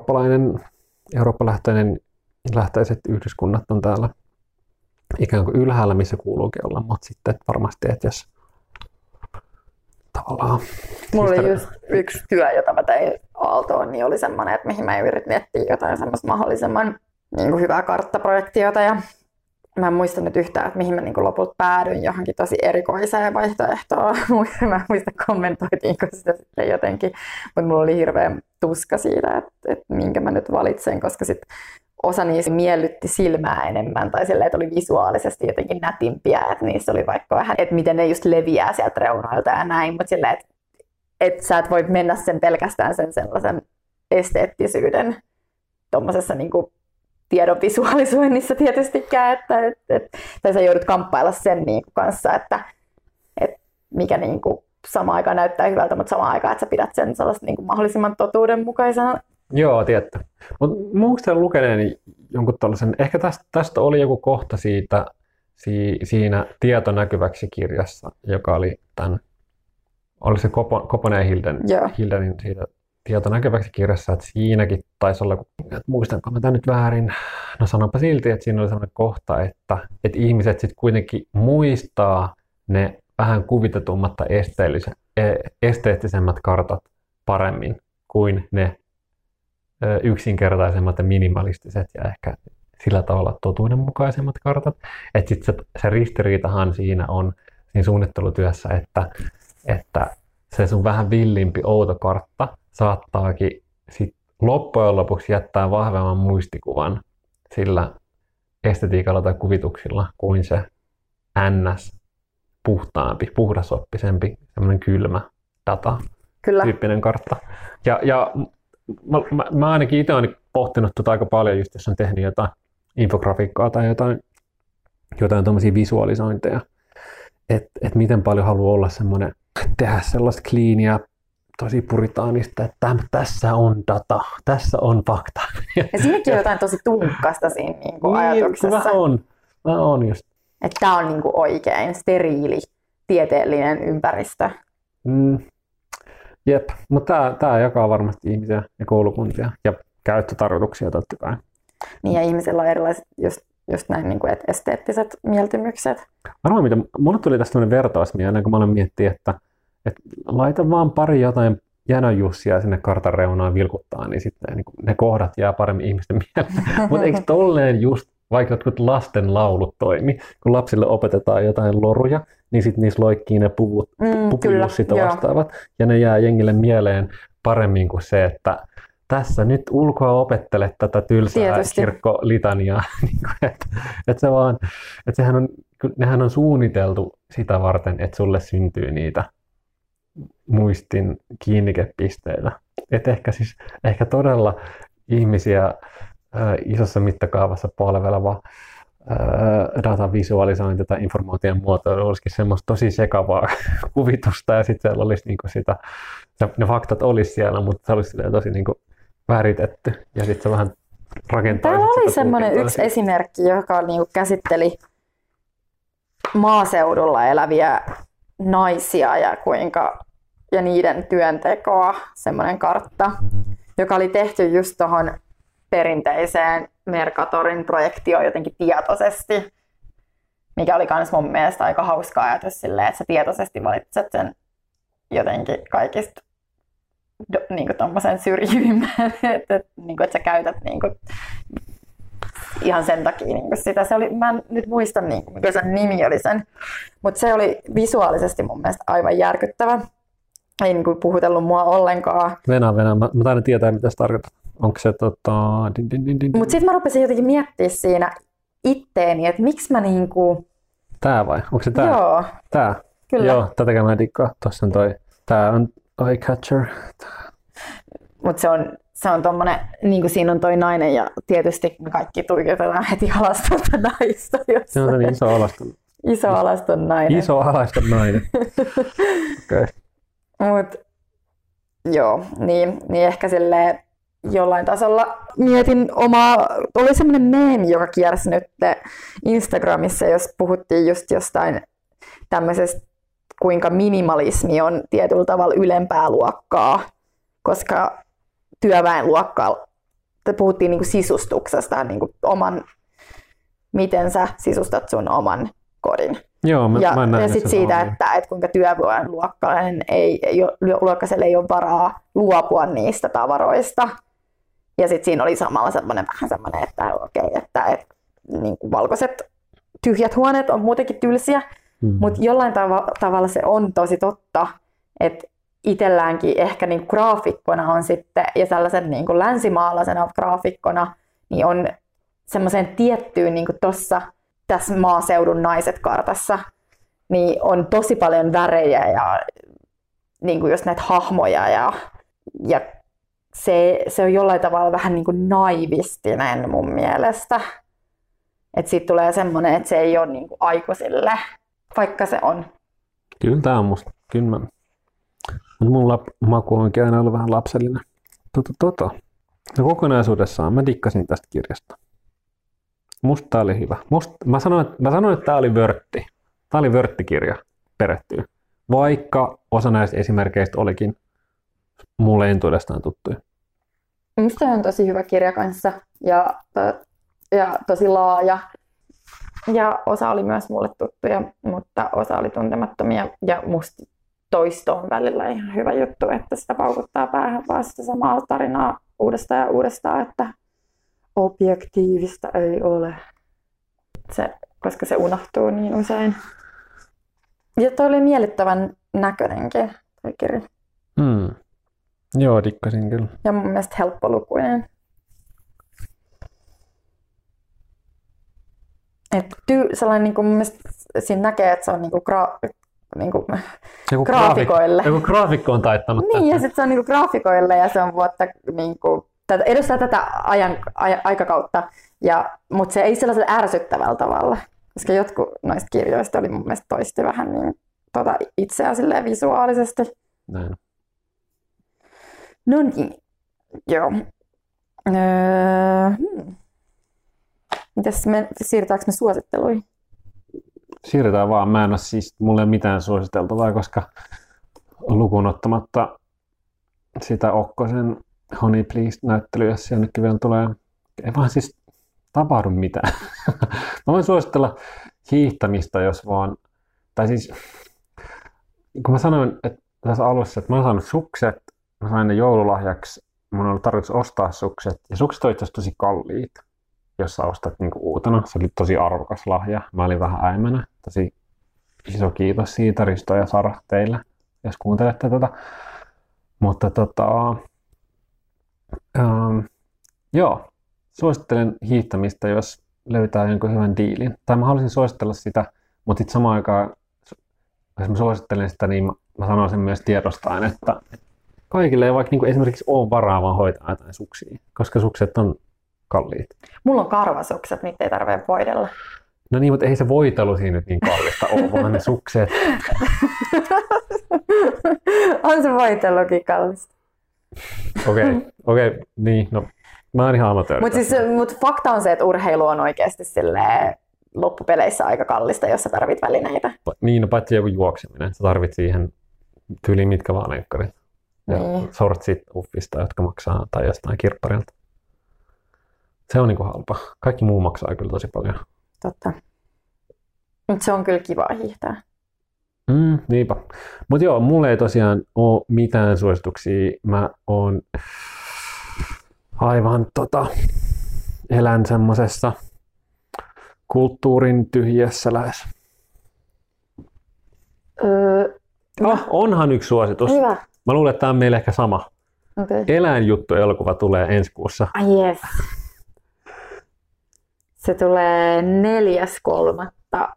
eurooppalähtöiset yhdyskunnat on täällä ikään kuin ylhäällä, missä kuuluukin olla, mutta sitten varmasti, että jos tavallaan... Mulla oli just yksi työ, jota mä tein Aaltoon, niin oli semmoinen, että mihin mä yritin miettiä jotain semmoista mahdollisimman niin kuin hyvää karttaprojektiota ja mä en muista nyt yhtään, että mihin mä niin kuin lopulta päädyin johonkin tosi erikoiseen vaihtoehtoon. Mä en muista kommentoitiinko sitä sitten jotenkin, mutta mulla oli hirveä tuska siitä, että minkä mä nyt valitsen, koska sitten osa niistä miellytti silmää enemmän tai silleen, että oli visuaalisesti jotenkin nätimpiä, että niissä oli vaikka vähän, että miten ne just leviää sieltä reunoilta ja näin, mutta silleen, että sä et voi mennä sen pelkästään sen sellaisen esteettisyyden tuommoisessa niin kuin tiedon visualisoinnissa tietystikään, tai sä joudut kamppailla sen niin kuin kanssa, että mikä niin kuin samaan aikaan näyttää hyvältä, mutta samaan aikaan, että sä pidät sen sellaista niin kuin mahdollisimman totuudenmukaisena. Joo, tietty. Mutta muistan lukeneeni jonkun tällaisen, ehkä tästä oli joku kohta siinä Tieto näkyväksi -kirjassa, joka oli oli se Koponen ja Hildenin siitä Tieto näkyväksi -kirjassa, että siinäkin taisi olla, että muistanko mä tämän nyt väärin, no sanonpa silti, että siinä oli sellainen kohta, että ihmiset sitten kuitenkin muistaa ne vähän kuvitetummat tai esteettisemmät kartat paremmin kuin ne yksinkertaisemmat ja minimalistiset ja ehkä sillä tavalla totuudenmukaisemmat kartat. Että sitten se ristiriitahan siinä on siinä suunnittelutyössä, että se sun vähän villimpi outo kartta saattaakin sit loppujen lopuksi jättää vahvemman muistikuvan sillä estetiikalla tai kuvituksilla kuin se NS puhtaampi, puhdasoppisempi, semmoinen kylmä data-tyyppinen kartta. Ja mä ainakin itse olen pohtinut aika paljon, just jos on tehnyt jotain infografiikkaa tai jotain tuommoisia visualisointeja, että miten paljon haluaa olla semmoinen, tehdä sellaista cleania, tosi puritaanista, että tässä on data, tässä on fakta. Ja siinäkin on jotain tosi tunkkasta siinä niin ajatuksessa. Mä on just. Että tämä on niin kuin oikein steriili, tieteellinen ympäristö. Jep, mutta tämä jakaa varmasti ihmisiä ja koulukuntia ja käyttötarkoituksia totta kai. Niin ja ihmisillä on erilaiset just näin niin kuin esteettiset mieltymykset. Varmaan mitä, mulle tuli tästä sellainen vertaus mieleen, kun mä olen miettinyt, että laita vaan pari jotain jänöjussia sinne kartan reunaan vilkuttaa, niin sitten niin ne kohdat jää paremmin ihmisten mieleen. Mutta eikö tolleen just vaikka jotkut lasten laulut toimi, kun lapsille opetetaan jotain loruja, niin sitten niissä loikkii ne pupujussit vastaavat, ja ne jää jengille mieleen paremmin kuin se, että tässä nyt ulkoa opettele tätä tylsää kirkkolitaniaa. Nehän on suunniteltu sitä varten, että sulle syntyy niitä muistin kiinnikepisteitä. Ehkä todella ihmisiä isossa mittakaavassa palveleva datavisualisointi tai informaation muotoilu olisikin semmoista tosi sekavaa kuvitusta ja sitten siellä olisi niinku ne faktat olisi siellä, mutta se olisi tosi niinku väritetty ja sitten se vähän rakentaa. Täällä oli semmoinen yksi esimerkki, joka niinku käsitteli maaseudulla eläviä naisia ja niiden työntekoa, semmoinen kartta, joka oli tehty just tuohon perinteiseen Mercatorin projektioon jotenkin tietoisesti, mikä oli myös mun mielestä aika hauska ajatus silleen, että sä tietoisesti valitset sen jotenkin kaikista niin kuin tommosen syrjivimmän, että sä käytät niin kuin ihan sen takia niin kuin sitä. Se oli, mä en nyt muista mikä sen nimi oli sen, mutta se oli visuaalisesti mun mielestä aivan järkyttävä. Ei niin kuin puhutellut mua ollenkaan. Venä. Mä taidan tietää, mitä se tarkoittaa. Onko se Mutta sitten mä rupesin jotenkin miettimään siinä itteeni, että miksi mä niinku... Tää vai? Onko se tää? Joo. Tää? Kyllä. Joo, tätäkään mä dikkaan. Tossa on tää on eye catcher. Mutta se on tommonen, niinku siinä on toi nainen ja tietysti me kaikki tuiketetaan heti alastonta naista. Se on niin iso alaston. Iso alaston nainen. Iso alaston nainen. Okei. Mut joo, niin ehkä silleen jollain tasolla mietin oli semmoinen meemi, joka kiersi nyt Instagramissa, jos puhuttiin just jostain tämmöisestä, kuinka minimalismi on tietyllä tavalla ylempää luokkaa, koska työväenluokkaa puhuttiin niinku sisustuksesta, niinku miten sä sisustat sun oman kodin. Joo, ja sitten siitä, että kuinka työväenluokkaisella ei ole varaa luopua niistä tavaroista. Ja sitten siinä oli samalla vähän semmoinen, että okei, että niin kuin valkoiset tyhjät huoneet on muutenkin tylsiä, mutta jollain tavalla se on tosi totta, että itselläänkin ehkä niin kuin graafikkona on sitten, ja sellaisen niin kuin länsimaalaisena graafikkona, niin on semmoiseen tiettyyn niin kuin tässä maaseudun naiset-kartassa, niin on tosi paljon värejä ja niin kuin just näitä hahmoja ja se on jollain tavalla vähän niin kuin naivistinen mun mielestä. Että siitä tulee semmoinen, että se ei ole niin kuin aikuisille, vaikka se on. Kyllä tämä on musta. Mutta mun maku onkin aina ollut vähän lapsellinen. No kokonaisuudessaan mä dikkasin tästä kirjasta. Musta tää oli hyvä. Mä sanoin, että tää oli vörtti. Tää oli vörttikirja perehtyy. Vaikka osa näistä esimerkkeistä olikin mulle entuudestaan tuttuja. Musta on tosi hyvä kirja kanssa ja tosi laaja. Ja osa oli myös mulle tuttuja, mutta osa oli tuntemattomia. Ja musta toisto on välillä ihan hyvä juttu, että sitä paukuttaa päähän vaan sitä samaa tarinaa uudestaan ja uudestaan, että objektiivista ei ole. Koska se unohtuu niin usein. Ja toi oli miellyttävän näköinenkin toi kirja. Joo, dikkasin kyllä. Ja mun mielestä helppolukuinen. Sellainen niin kuin mun mielestä siinä näkee, että se on graafikoille. Joku graafikko on taittanut niin, ja sitten se on niin kuin graafikoille ja se on vuotta niin kuin, edustaa tätä aikakautta, mutta se ei sellaisella ärsyttävällä tavalla, koska jotkut noista kirjoista oli mun mielestä toisti vähän niin, itseä silleen visuaalisesti. Näin. No niin, joo. Siirrytäänkö me suositteluihin? Siirrytään vaan. Mä en ole siis mulle mitään suositeltavaa, koska lukuun ottamatta sitä Okkosen Honey Please-näyttelyä, jos jonnekin vielä tulee. Ei vaan siis tapahdu mitään. Mä voin suositella hiihtämistä, jos vaan. Tai siis, kun mä sanoin että tässä alussa, että mä oon saanut sukset, mä sain ne joululahjaksi, mun on ollut tarkoitus ostaa sukset. Ja sukset on itse asiassa tosi kalliit, jos sä ostat niinku uutena. Se oli tosi arvokas lahja. Mä olin vähän äimänä. Tosi iso kiitos siitä, Risto ja Sara, teille, jos kuuntelette tätä. Mutta joo, suosittelen hiihtämistä, jos löytää jonkun hyvän diilin. Tai mä haluaisin suositella sitä, mutta sitten samaan aikaan, jos mä suosittelen sitä, niin mä sanon sen myös tiedostaen, että kaikille ei vaikka niin esimerkiksi ole varaa vaan hoitaa jotain suksia, koska sukset on kalliit. Mulla on karvasukset, niitä ei tarvitse voidella. No niin, mutta ei se voitelu siinä nyt niin kallista ole, vaan ne sukset. On se voitelukin kallista. Okei, niin, no mä oon ihan amatööri. Mutta fakta on se, että urheilu on oikeasti loppupeleissä aika kallista, jos sä tarvit välineitä. Niin, no paitsi joku juokseminen. Sä tarvit siihen tyyliin mitkä vaan lenkkarit. Ja sortsit uffista, jotka maksaa tai jostain kirpparilta. Se on niinku halpa. Kaikki muu maksaa kyllä tosi paljon. Totta. Mutta se on kyllä kiva hiihtää. Niinpä. Mutta joo, mulla ei tosiaan ole mitään suosituksia. Mä oon aivan elän semmosessa kulttuurin tyhjässä lähes. Onhan yksi suositus. Hyvä. Mä luulen, että tämä on meille ehkä sama. Okay. Eläinjuttu-elokuva tulee ensi kuussa. Yes. Se tulee 4.3.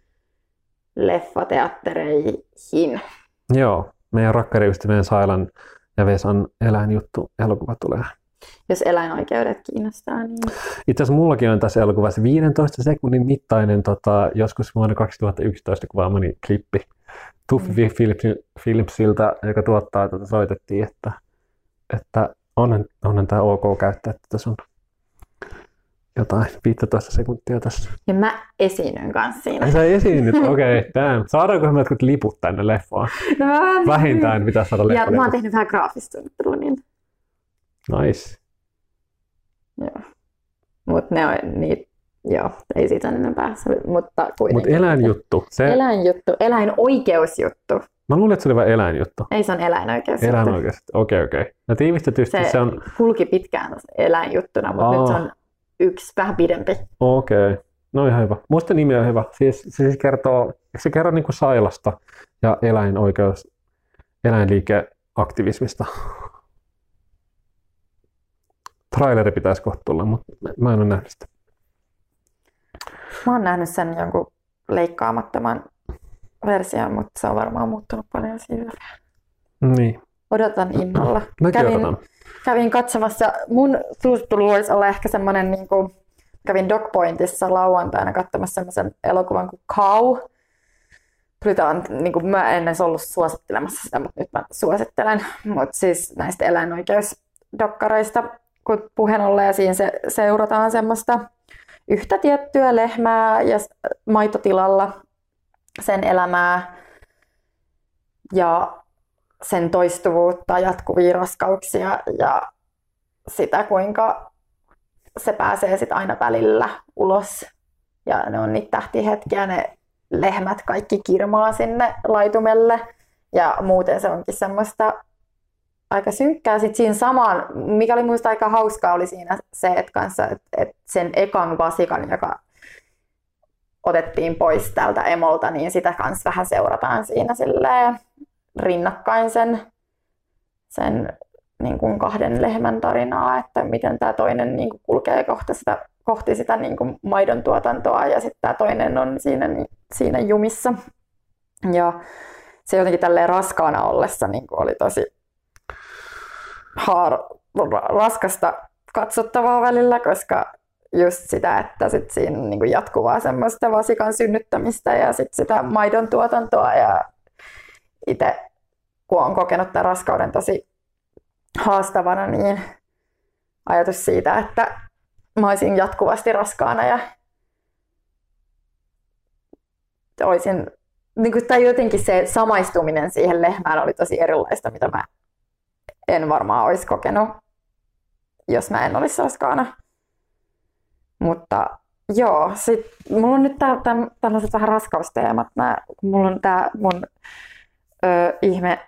leffateattereihin. Joo, meidän rakkaiden ystävien Sailan ja Vesan eläinjuttu-elokuva tulee. Jos eläinoikeudet kiinnostaa, niin... Itse asiassa mullakin on tässä elokuvassa 15 sekunnin mittainen joskus vuonna 2011 kuvaamani klippi. Tuffi Filmsiltä, joka tuottaa tätä, soitettiin, että onhan tämä ok käyttää tätä sun jotain 15 sekuntia tässä. Ja mä esiinnyn kanssa siinä. Sä esiinnyt, okei. Damn. Saadaanko me jotkut liput tänne leffaan? No, vähintään pitäisi saada leffa. Ja mä oon tehnyt vähän graafista suunnittelua. Niin... Nice. Joo. Mut ne on niitä Joo, ei siitä enempää, mutta kuitenkin. Mutta eläinjuttu. Eläinjuttu, eläinoikeusjuttu. Mä luulen, että se oli vain eläinjuttu. Ei, se on eläinoikeusjuttu. Eläinoikeus, okei. Ja tiivistetysti se on... kulki pitkään eläinjuttuna, mutta nyt se on yksi vähän pidempi. Okei. No ihan hyvä. Musta nimi on hyvä. Se kertoo niin kuin Sailasta ja eläinliikeaktivismista. Traileri pitäisi kohta tulla, mutta mä en ole nähnyt sitä. Mä oon nähnyt sen jonkun leikkaamattoman version, mutta se on varmaan muuttunut paljon siitä. Niin. Odotan innolla. Mäkin odotan. Kävin katsomassa, mun suosittelu voisi olla ehkä semmoinen, niin kuin, kävin Dogpointissa lauantaina katsomassa semmoisen elokuvan kuin Cow. Niin kuin mä en edes ollut suosittelemassa sitä, mutta nyt mä suosittelen. Mutta siis näistä eläinoikeusdokkareista, kun puheen ollen, ja siinä seurataan semmoista yhtä tiettyä lehmää ja maitotilalla, sen elämää ja sen toistuvuutta, jatkuvia raskauksia ja sitä, kuinka se pääsee sitten aina välillä ulos. Ja ne on niitä tähtihetkiä, ne lehmät kaikki kirmaa sinne laitumelle. Ja muuten se onkin semmoista aika synkkää. Sitten siinä samaan, mikä oli minusta aika hauskaa, oli siinä se, että sen ekan vasikan, joka otettiin pois tältä emolta, niin sitä kanssa vähän seurataan siinä silleen rinnakkain sen niin kuin kahden lehmän tarinaa, että miten tämä toinen niin kuin kulkee kohti sitä niin kuin maidon tuotantoa ja sitten tämä toinen on siinä jumissa. Ja se jotenkin tälleen raskaana ollessa niin kuin oli tosi raskasta katsottavaa välillä, koska just sitä, että sit siinä on niin kuin jatkuvaa semmoista vasikan synnyttämistä ja sit sitä maidon tuotantoa ja itse kun olen kokenut tämän raskauden tosi haastavana, niin ajatus siitä, että mä olisin jatkuvasti raskaana ja olisin, niin kuin, tai jotenkin se samaistuminen siihen lehmään oli tosi erilaista, mitä mä en varmaan olisi kokenut, jos mä en olisi raskaana. Mutta joo, sit mulla on nyt tällaiset vähän raskausteemat. Mulla on tää mun ihme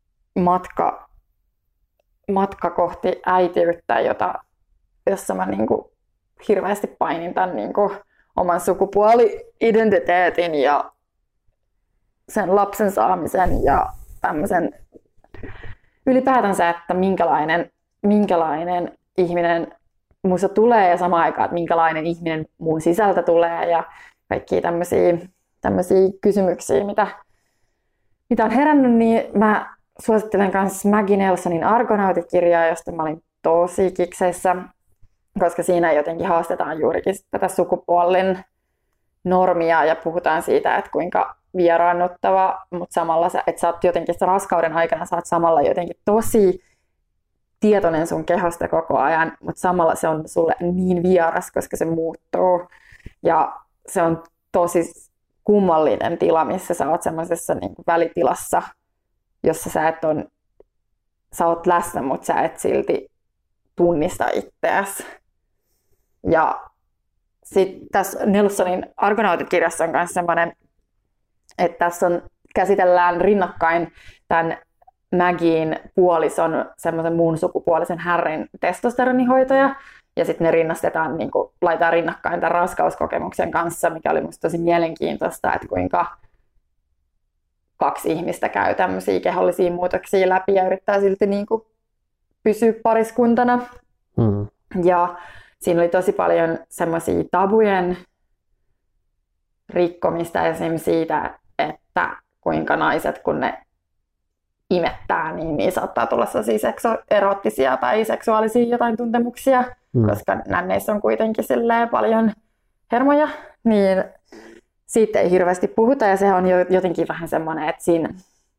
matka kohti äitiyttä, jossa mä niinku hirveästi painin tämän niinku oman sukupuoli-identiteetin ja sen lapsen saamisen ja tämmöisen ylipäätänsä, että minkälainen ihminen musta tulee ja samaan aikaan, että minkälainen ihminen mun sisältä tulee ja kaikkia tämmöisiä kysymyksiä, mitä on herännyt, niin mä suosittelen myös Maggie Nelsonin Argonautit-kirjaa, josta mä olin tosi kikseissä, koska siinä jotenkin haastetaan juurikin tätä sukupuolen normia ja puhutaan siitä, että kuinka vieraannuttava, mutta samalla että sä oot jotenkin raskauden aikana sä oot samalla jotenkin tosi tietoinen sun kehosta koko ajan, mutta samalla se on sulle niin vieras, koska se muuttuu ja se on tosi kummallinen tila, missä sä oot semmoisessa niin kuin välitilassa, jossa sä oot läsnä, mutta sä et silti tunnista itseäsi. Ja sitten tässä Nelsonin Argonautit-kirjassa on myös semmoinen, että tässä käsitellään rinnakkain tämän Maggien puolison, semmoisen muun sukupuolisen Harryn testosteronihoitoja, ja sitten ne rinnastetaan, niin kuin, laitetaan rinnakkain tämän raskauskokemuksen kanssa, mikä oli musta tosi mielenkiintoista, että kuinka kaksi ihmistä käy tämmöisiä kehollisia muutoksia läpi ja yrittää silti niin kuin pysyä pariskuntana. Mm. Ja siinä oli tosi paljon semmoisia tabujen rikkomista esimerkiksi siitä, että kuinka naiset, kun ne imettää, niin saattaa tulla sellaisia eroottisia tai seksuaalisia jotain tuntemuksia, koska nänneissä on kuitenkin paljon hermoja, niin siitä ei hirveästi puhuta ja se on jotenkin vähän semmoinen, että siinä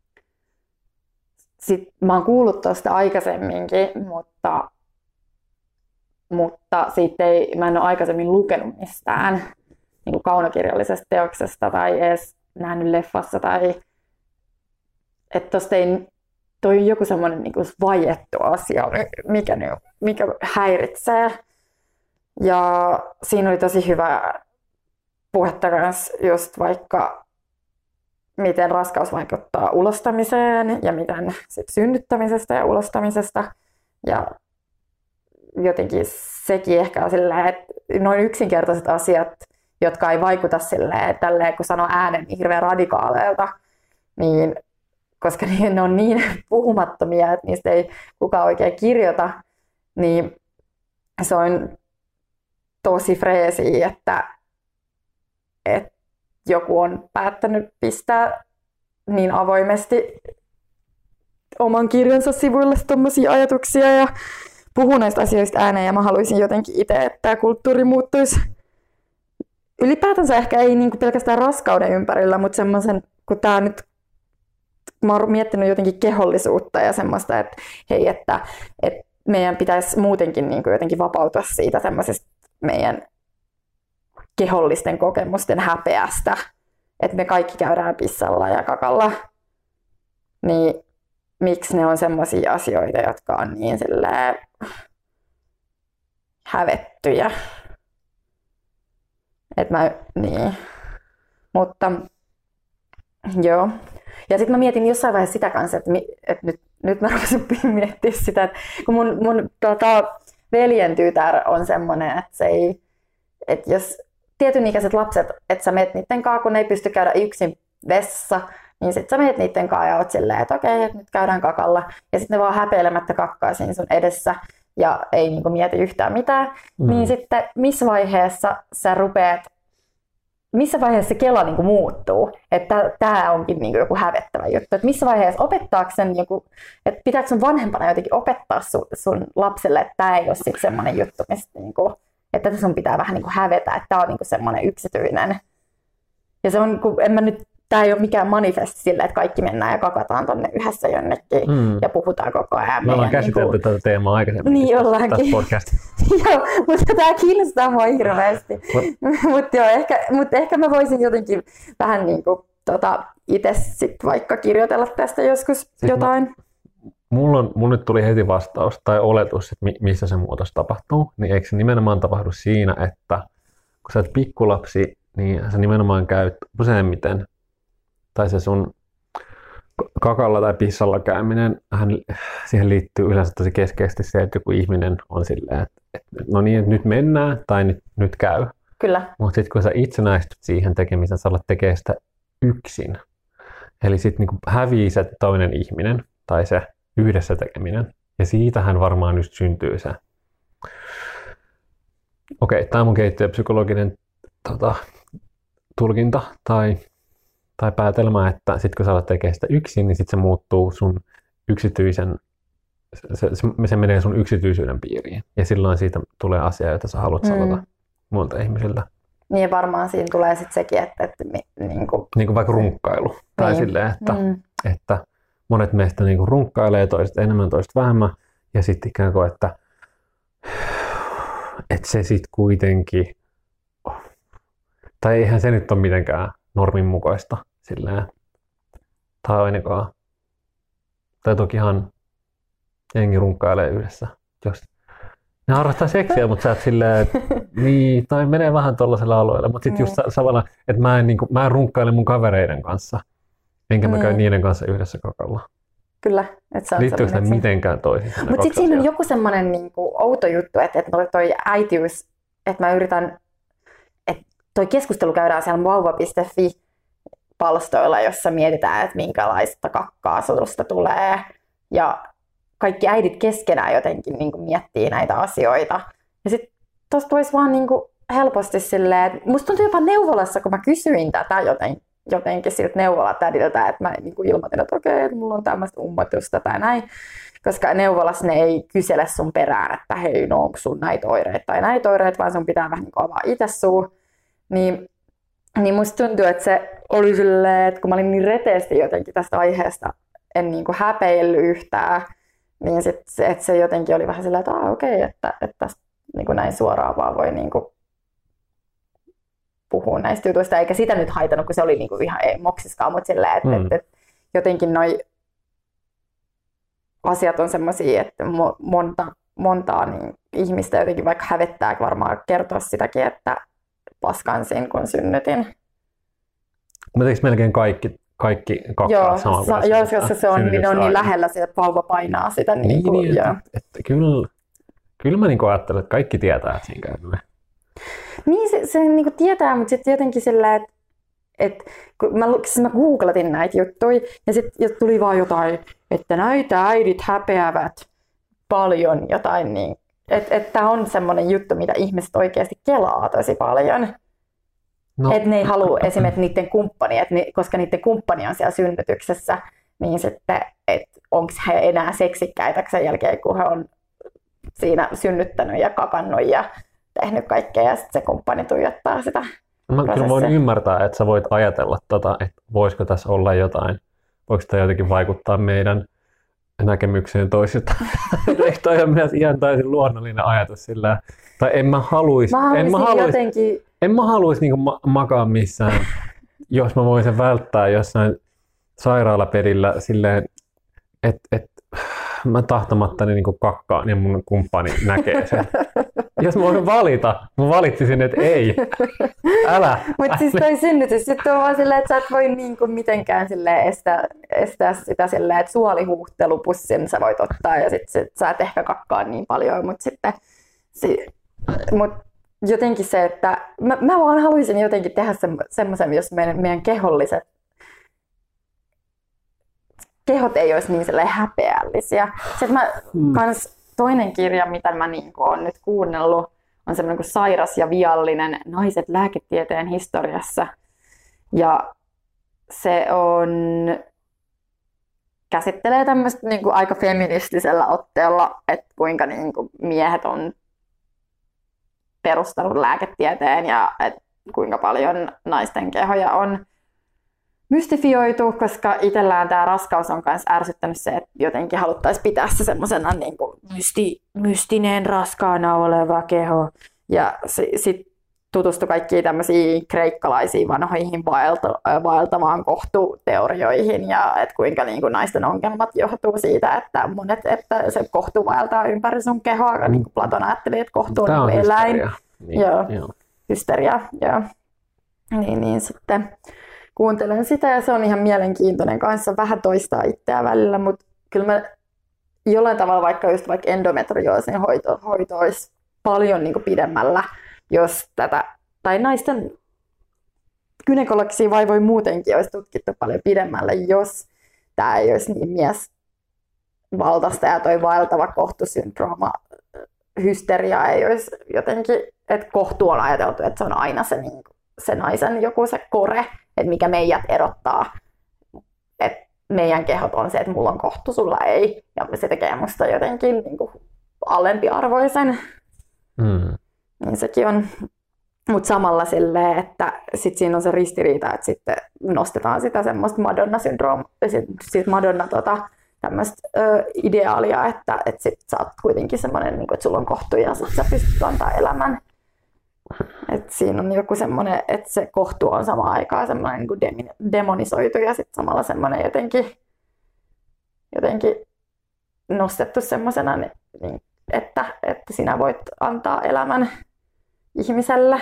mä oon kuullut tuosta aikaisemminkin, mutta mä en ole aikaisemmin lukenut mistään niin kuin kaunokirjallisesta teoksesta tai edes nähnyt leffassa tai että tosta ei toi joku semmoinen niin kuin vaiettu asia, mikä häiritsee. Ja siinä oli tosi hyvä puhetta kanssa just vaikka miten raskaus vaikuttaa ulostamiseen ja miten sit synnyttämisestä ja ulostamisesta. Ja jotenkin sekin ehkä on silleen, että noin yksinkertaiset asiat, jotka ei vaikuta silleen, tälleen kun sanoo äänen niin hirveän radikaaleilta, niin koska ne on niin puhumattomia, että niistä ei kukaan oikein kirjoita, niin se on tosi freesiä, että joku on päättänyt pistää niin avoimesti oman kirjansa sivuille tommosia ajatuksia ja puhua näistä asioista ääneen. Ja mä haluaisin jotenkin itse, että tämä kulttuuri muuttuisi ylipäätänsä ehkä ei niinku pelkästään raskauden ympärillä, mutta semmoisen, kun tää nyt, mä oon miettinyt jotenkin kehollisuutta ja semmoista, että hei, että meidän pitäisi muutenkin niinku jotenkin vapautua siitä semmoisesta meidän kehollisten kokemusten häpeästä, että me kaikki käydään pissalla ja kakalla, niin miksi ne on semmoisia asioita, jotka on niin silleen hävettyjä. Niin. Mutta joo. Ja sitten mä mietin jossain vaiheessa sitä kanssa, että nyt mä rupesin miettimään sitä, että kun mun veljen tytär on semmoinen, että jos tietyn ikäiset lapset, että sä meet niiden kanssa, kun ne ei pysty käydä yksin vessa, niin sit sä meet niiden kanssa ja oot silleen, että okei, että nyt käydään kakalla. Ja sitten ne vaan häpeilemättä kakkaa siinä sun edessä ja ei niinku mieti yhtään mitään. Niin sitten missä vaiheessa se kela niinku muuttuu? Että tää onkin niinku joku hävettävä juttu. Että missä vaiheessa opettaako sen joku, että pitääkö sun vanhempana jotenkin opettaa sun lapselle, että tää ei ole sit semmoinen juttu, mistä niinku, että sun pitää vähän niinku hävetä, että tää on niinku semmoinen yksityinen. Ja se on, tää ei ole mikään manifesti sille, että kaikki mennään ja kakataan tonne yhdessä jonnekin ja puhutaan koko ajan. Me ollaan käsitelty tätä teemaa aikaisemmin. Niin ollaankin. Joo, mutta tää kiinnostaa mua hirveästi. Mutta ehkä mä voisin jotenkin vähän niinku itse sit vaikka kirjoitella tästä joskus jotain. Mun nyt tuli heti vastaus tai oletus, että missä se muutos tapahtuu. Niin eikö se nimenomaan tapahdu siinä, että kun sä oot pikkulapsi, niin sä nimenomaan käyt useimmiten tai se sun kakalla tai pissalla käyminen, siihen liittyy yleensä tosi keskeisesti se, että joku ihminen on silleen, että no niin, että nyt mennään tai nyt käy. Kyllä. Mutta sitten kun sä itsenäistyt siihen tekemiseen, sä alat tekemään sitä yksin. Eli sitten niinku hävii se toinen ihminen tai se yhdessä tekeminen. Ja siitähän varmaan just syntyy se. Okei, tämä on mun keittiöpsykologinen tulkinta tai päätelmä, että sitten kun sä alat tekemään sitä yksin, niin sitten se muuttuu sun yksityisen, se menee sun yksityisyyden piiriin. Ja silloin siitä tulee asia, jota sä haluat salata muilta ihmisiltä. Niin varmaan siinä tulee sitten sekin, että niin kuin vaikka runkkailu. Tai silleen, että monet meistä niin kuin runkkailee, toiset enemmän, toiset vähemmän. Ja sitten ikään kuin, että se sitten kuitenkin, tai eihän se nyt ole mitenkään normin mukaista silleen. Tai ainakaan. Tai tokihan jengi runkkailee yhdessä. Jos ne harrastaa seksiä, mutta sä et silleen, niin, tai menee vähän tuollaiselle alueelle. Mutta sitten just samalla, että mä en runkkaile mun kavereiden kanssa. Enkä mä käy niiden kanssa yhdessä kakalla. Kyllä. Liittyykö ne mitenkään toisiinsa? Mutta sitten siinä on joku semmoinen niinku outo juttu, että toi äitiys, että mä yritän, että toi keskustelu käydään siellä vauva.fi-palstoilla, jossa mietitään, että minkälaista kakkaa susta tulee. Ja kaikki äidit keskenään jotenkin niinku miettii näitä asioita. Ja sitten tosta voisi vaan niinku helposti silleen, että musta tuntui jopa neuvolassa, kun mä kysyin tätä jotenkin siltä neuvolatädiltä, että mä niinku ilmoitin, että okei, että mulla on tämmöistä ummotusta tai näin. Koska neuvolassa ne ei kysele sun perään, että hei, no onko sun näitä oireita tai näitä oireita, vaan sun pitää vähän niinku avaa itse suu. Niin musta tuntuu, että se oli silleen, että kun mä olin niin reteesti jotenkin tästä aiheesta, en niinku häpeillyt yhtään, niin sit se jotenkin oli vähän silleen, että okei, että tästä niinku näin suoraan vaan voi niinku puhua näistä jutuista, eikä sitä nyt haitannut, kun se oli niinku ihan moksiskaan, mutta silleen, että jotenkin noi asiat on semmosia, että monta montaa niin ihmistä jotenkin vaikka hävettää varmaan kertoa sitäkin, että paskansin kun synnytin. Mutta eikö melkein kaikki kakkaa samaa kuin jos se on niin lähellä, että vauva painaa sitä. Että kyllä mä niin ajattelen, että kaikki tietää, että siinä käy. Niin se niin tietää, mutta sitten jotenkin sillä, että kun mä googlatin näitä juttuja ja sitten tuli vaan jotain, että näitä äidit häpeävät paljon jotain. Niin, että tämä on semmoinen juttu, mitä ihmiset oikeasti kelaa tosi paljon. No. Että ne ei halua esimerkiksi niiden kumppania, koska niiden kumppani on siellä synnytyksessä, niin sitten, että onko he enää seksikkäitä sen jälkeen, kun he on siinä synnyttänyt ja kakannut ja tehnyt kaikkea ja sitten se kumppani tuijottaa sitä prosessia. Kyllä voin ymmärtää, että sä voit ajatella, että voisiko tässä olla jotain, voiko tämä jotenkin vaikuttaa meidän näkemykseen toisista. Toi on myös ihan täysin luonnollinen ajatus sillä, tai en mä haluaisi niinku makaa missään, jos mä voisin välttää jossain sairaalaperillä silleen, että mä tahtomattani niinku kakkaan ja mun kumppani näkee sen. Jos mä voin valita, mä valitsisin, että ei. Älä. Mutta siis toi synnytys sitten on vaan silleen, että sä et voi niinku mitenkään estää sitä silleen, että suolihuhtelupussin sä voit ottaa ja sit sä et ehkä kakkaa niin paljon, mutta sitten jotenkin se, että mä vaan haluaisin jotenkin tehdä semmoisen, jos meidän kehot ei olisi niin häpeällisiä. Toinen kirja, mitä mä oon nyt kuunnellut, on semmoinen kuin Sairas ja viallinen naiset lääketieteen historiassa. Ja se käsittelee tämmöistä aika feministisellä otteella, että kuinka miehet on perustanut lääketieteen ja että kuinka paljon naisten kehoja on mystifioitu, koska itsellään tämä raskaus on myös ärsyttänyt se, että jotenkin haluttaisiin pitää se semmoisena mystinen raskaana oleva keho. Ja sitten tutustui kaikkiin tämmöisiin kreikkalaisiin vanhoihin vaeltavaan kohtuteorioihin ja että kuinka naisten ongelmat johtuu siitä, että se kohtu vaeltaa ympäri sun kehoa. Niin kuin Platon ajatteli, että kohtu on eläin. Hysteria. Joo. Niin sitten kuuntelen sitä ja se on ihan mielenkiintoinen kanssa. Vähän toistaa itseä välillä, mutta kyllä mä jollain tavalla vaikka endometrioosin hoito olisi paljon pidemmällä, jos tai naisten gynekologisia vaivoja muutenkin olisi tutkittu paljon pidemmälle, jos tämä ei olisi niin miesvaltaista ja toi vaeltava kohtusyndrooma, hysteria ei olisi jotenkin, että kohtu on ajateltu, että se on aina se naisen joku se kore, että mikä meidät erottaa, että meidän kehot on se, että mulla on kohtu, sulla ei, ja se tekee musta jotenkin alempiarvoisen. Niin sekin on, mutta samalla silleen, että sit siinä on se ristiriita, että sitten nostetaan sitä semmoista Madonna-syndroomaa, sit Madonna tämmöistä ideaalia, että sit sä oot kuitenkin semmoinen, että sulla on kohtu ja sit sä pystyt antaa elämän. Et siinä on joku semmoinen, että se kohtu on samaan aikaan semmoinen demonisoitu ja sitten samalla semmoinen jotenkin nostettu semmoisena, että sinä voit antaa elämän ihmiselle.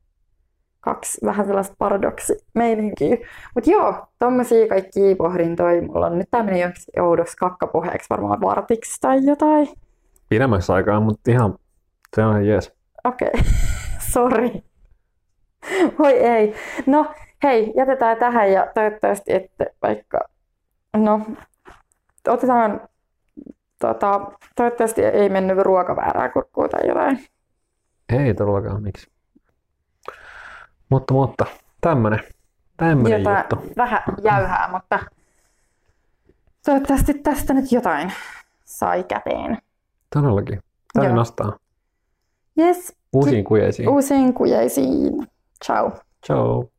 Kaksi vähän sellaista paradoksimeininkiä. Mutta joo, tommosia kaikkia pohdintoja. Mulla on nyt tää meni jonkin oudoksi kakkapuheeksi varmaan vartiksi tai jotain. Pidemmäksi aikaa, mutta ihan se on jees. Okei. Sori. Voi ei. No hei, jätetään tähän ja toivottavasti ette vaikka, otetaan, toivottavasti ei mennyt ruokaväärää kurkkuun tai jotain. Ei todellakaan, miksi. Mutta tämmönen juttu. Vähän jäyhää, mutta toivottavasti tästä nyt jotain sai käteen. Todellakin. Tämä nastaa. Yes. Uusiin kujeisiin. Uusiin kujeisiin. Ciao. Ciao.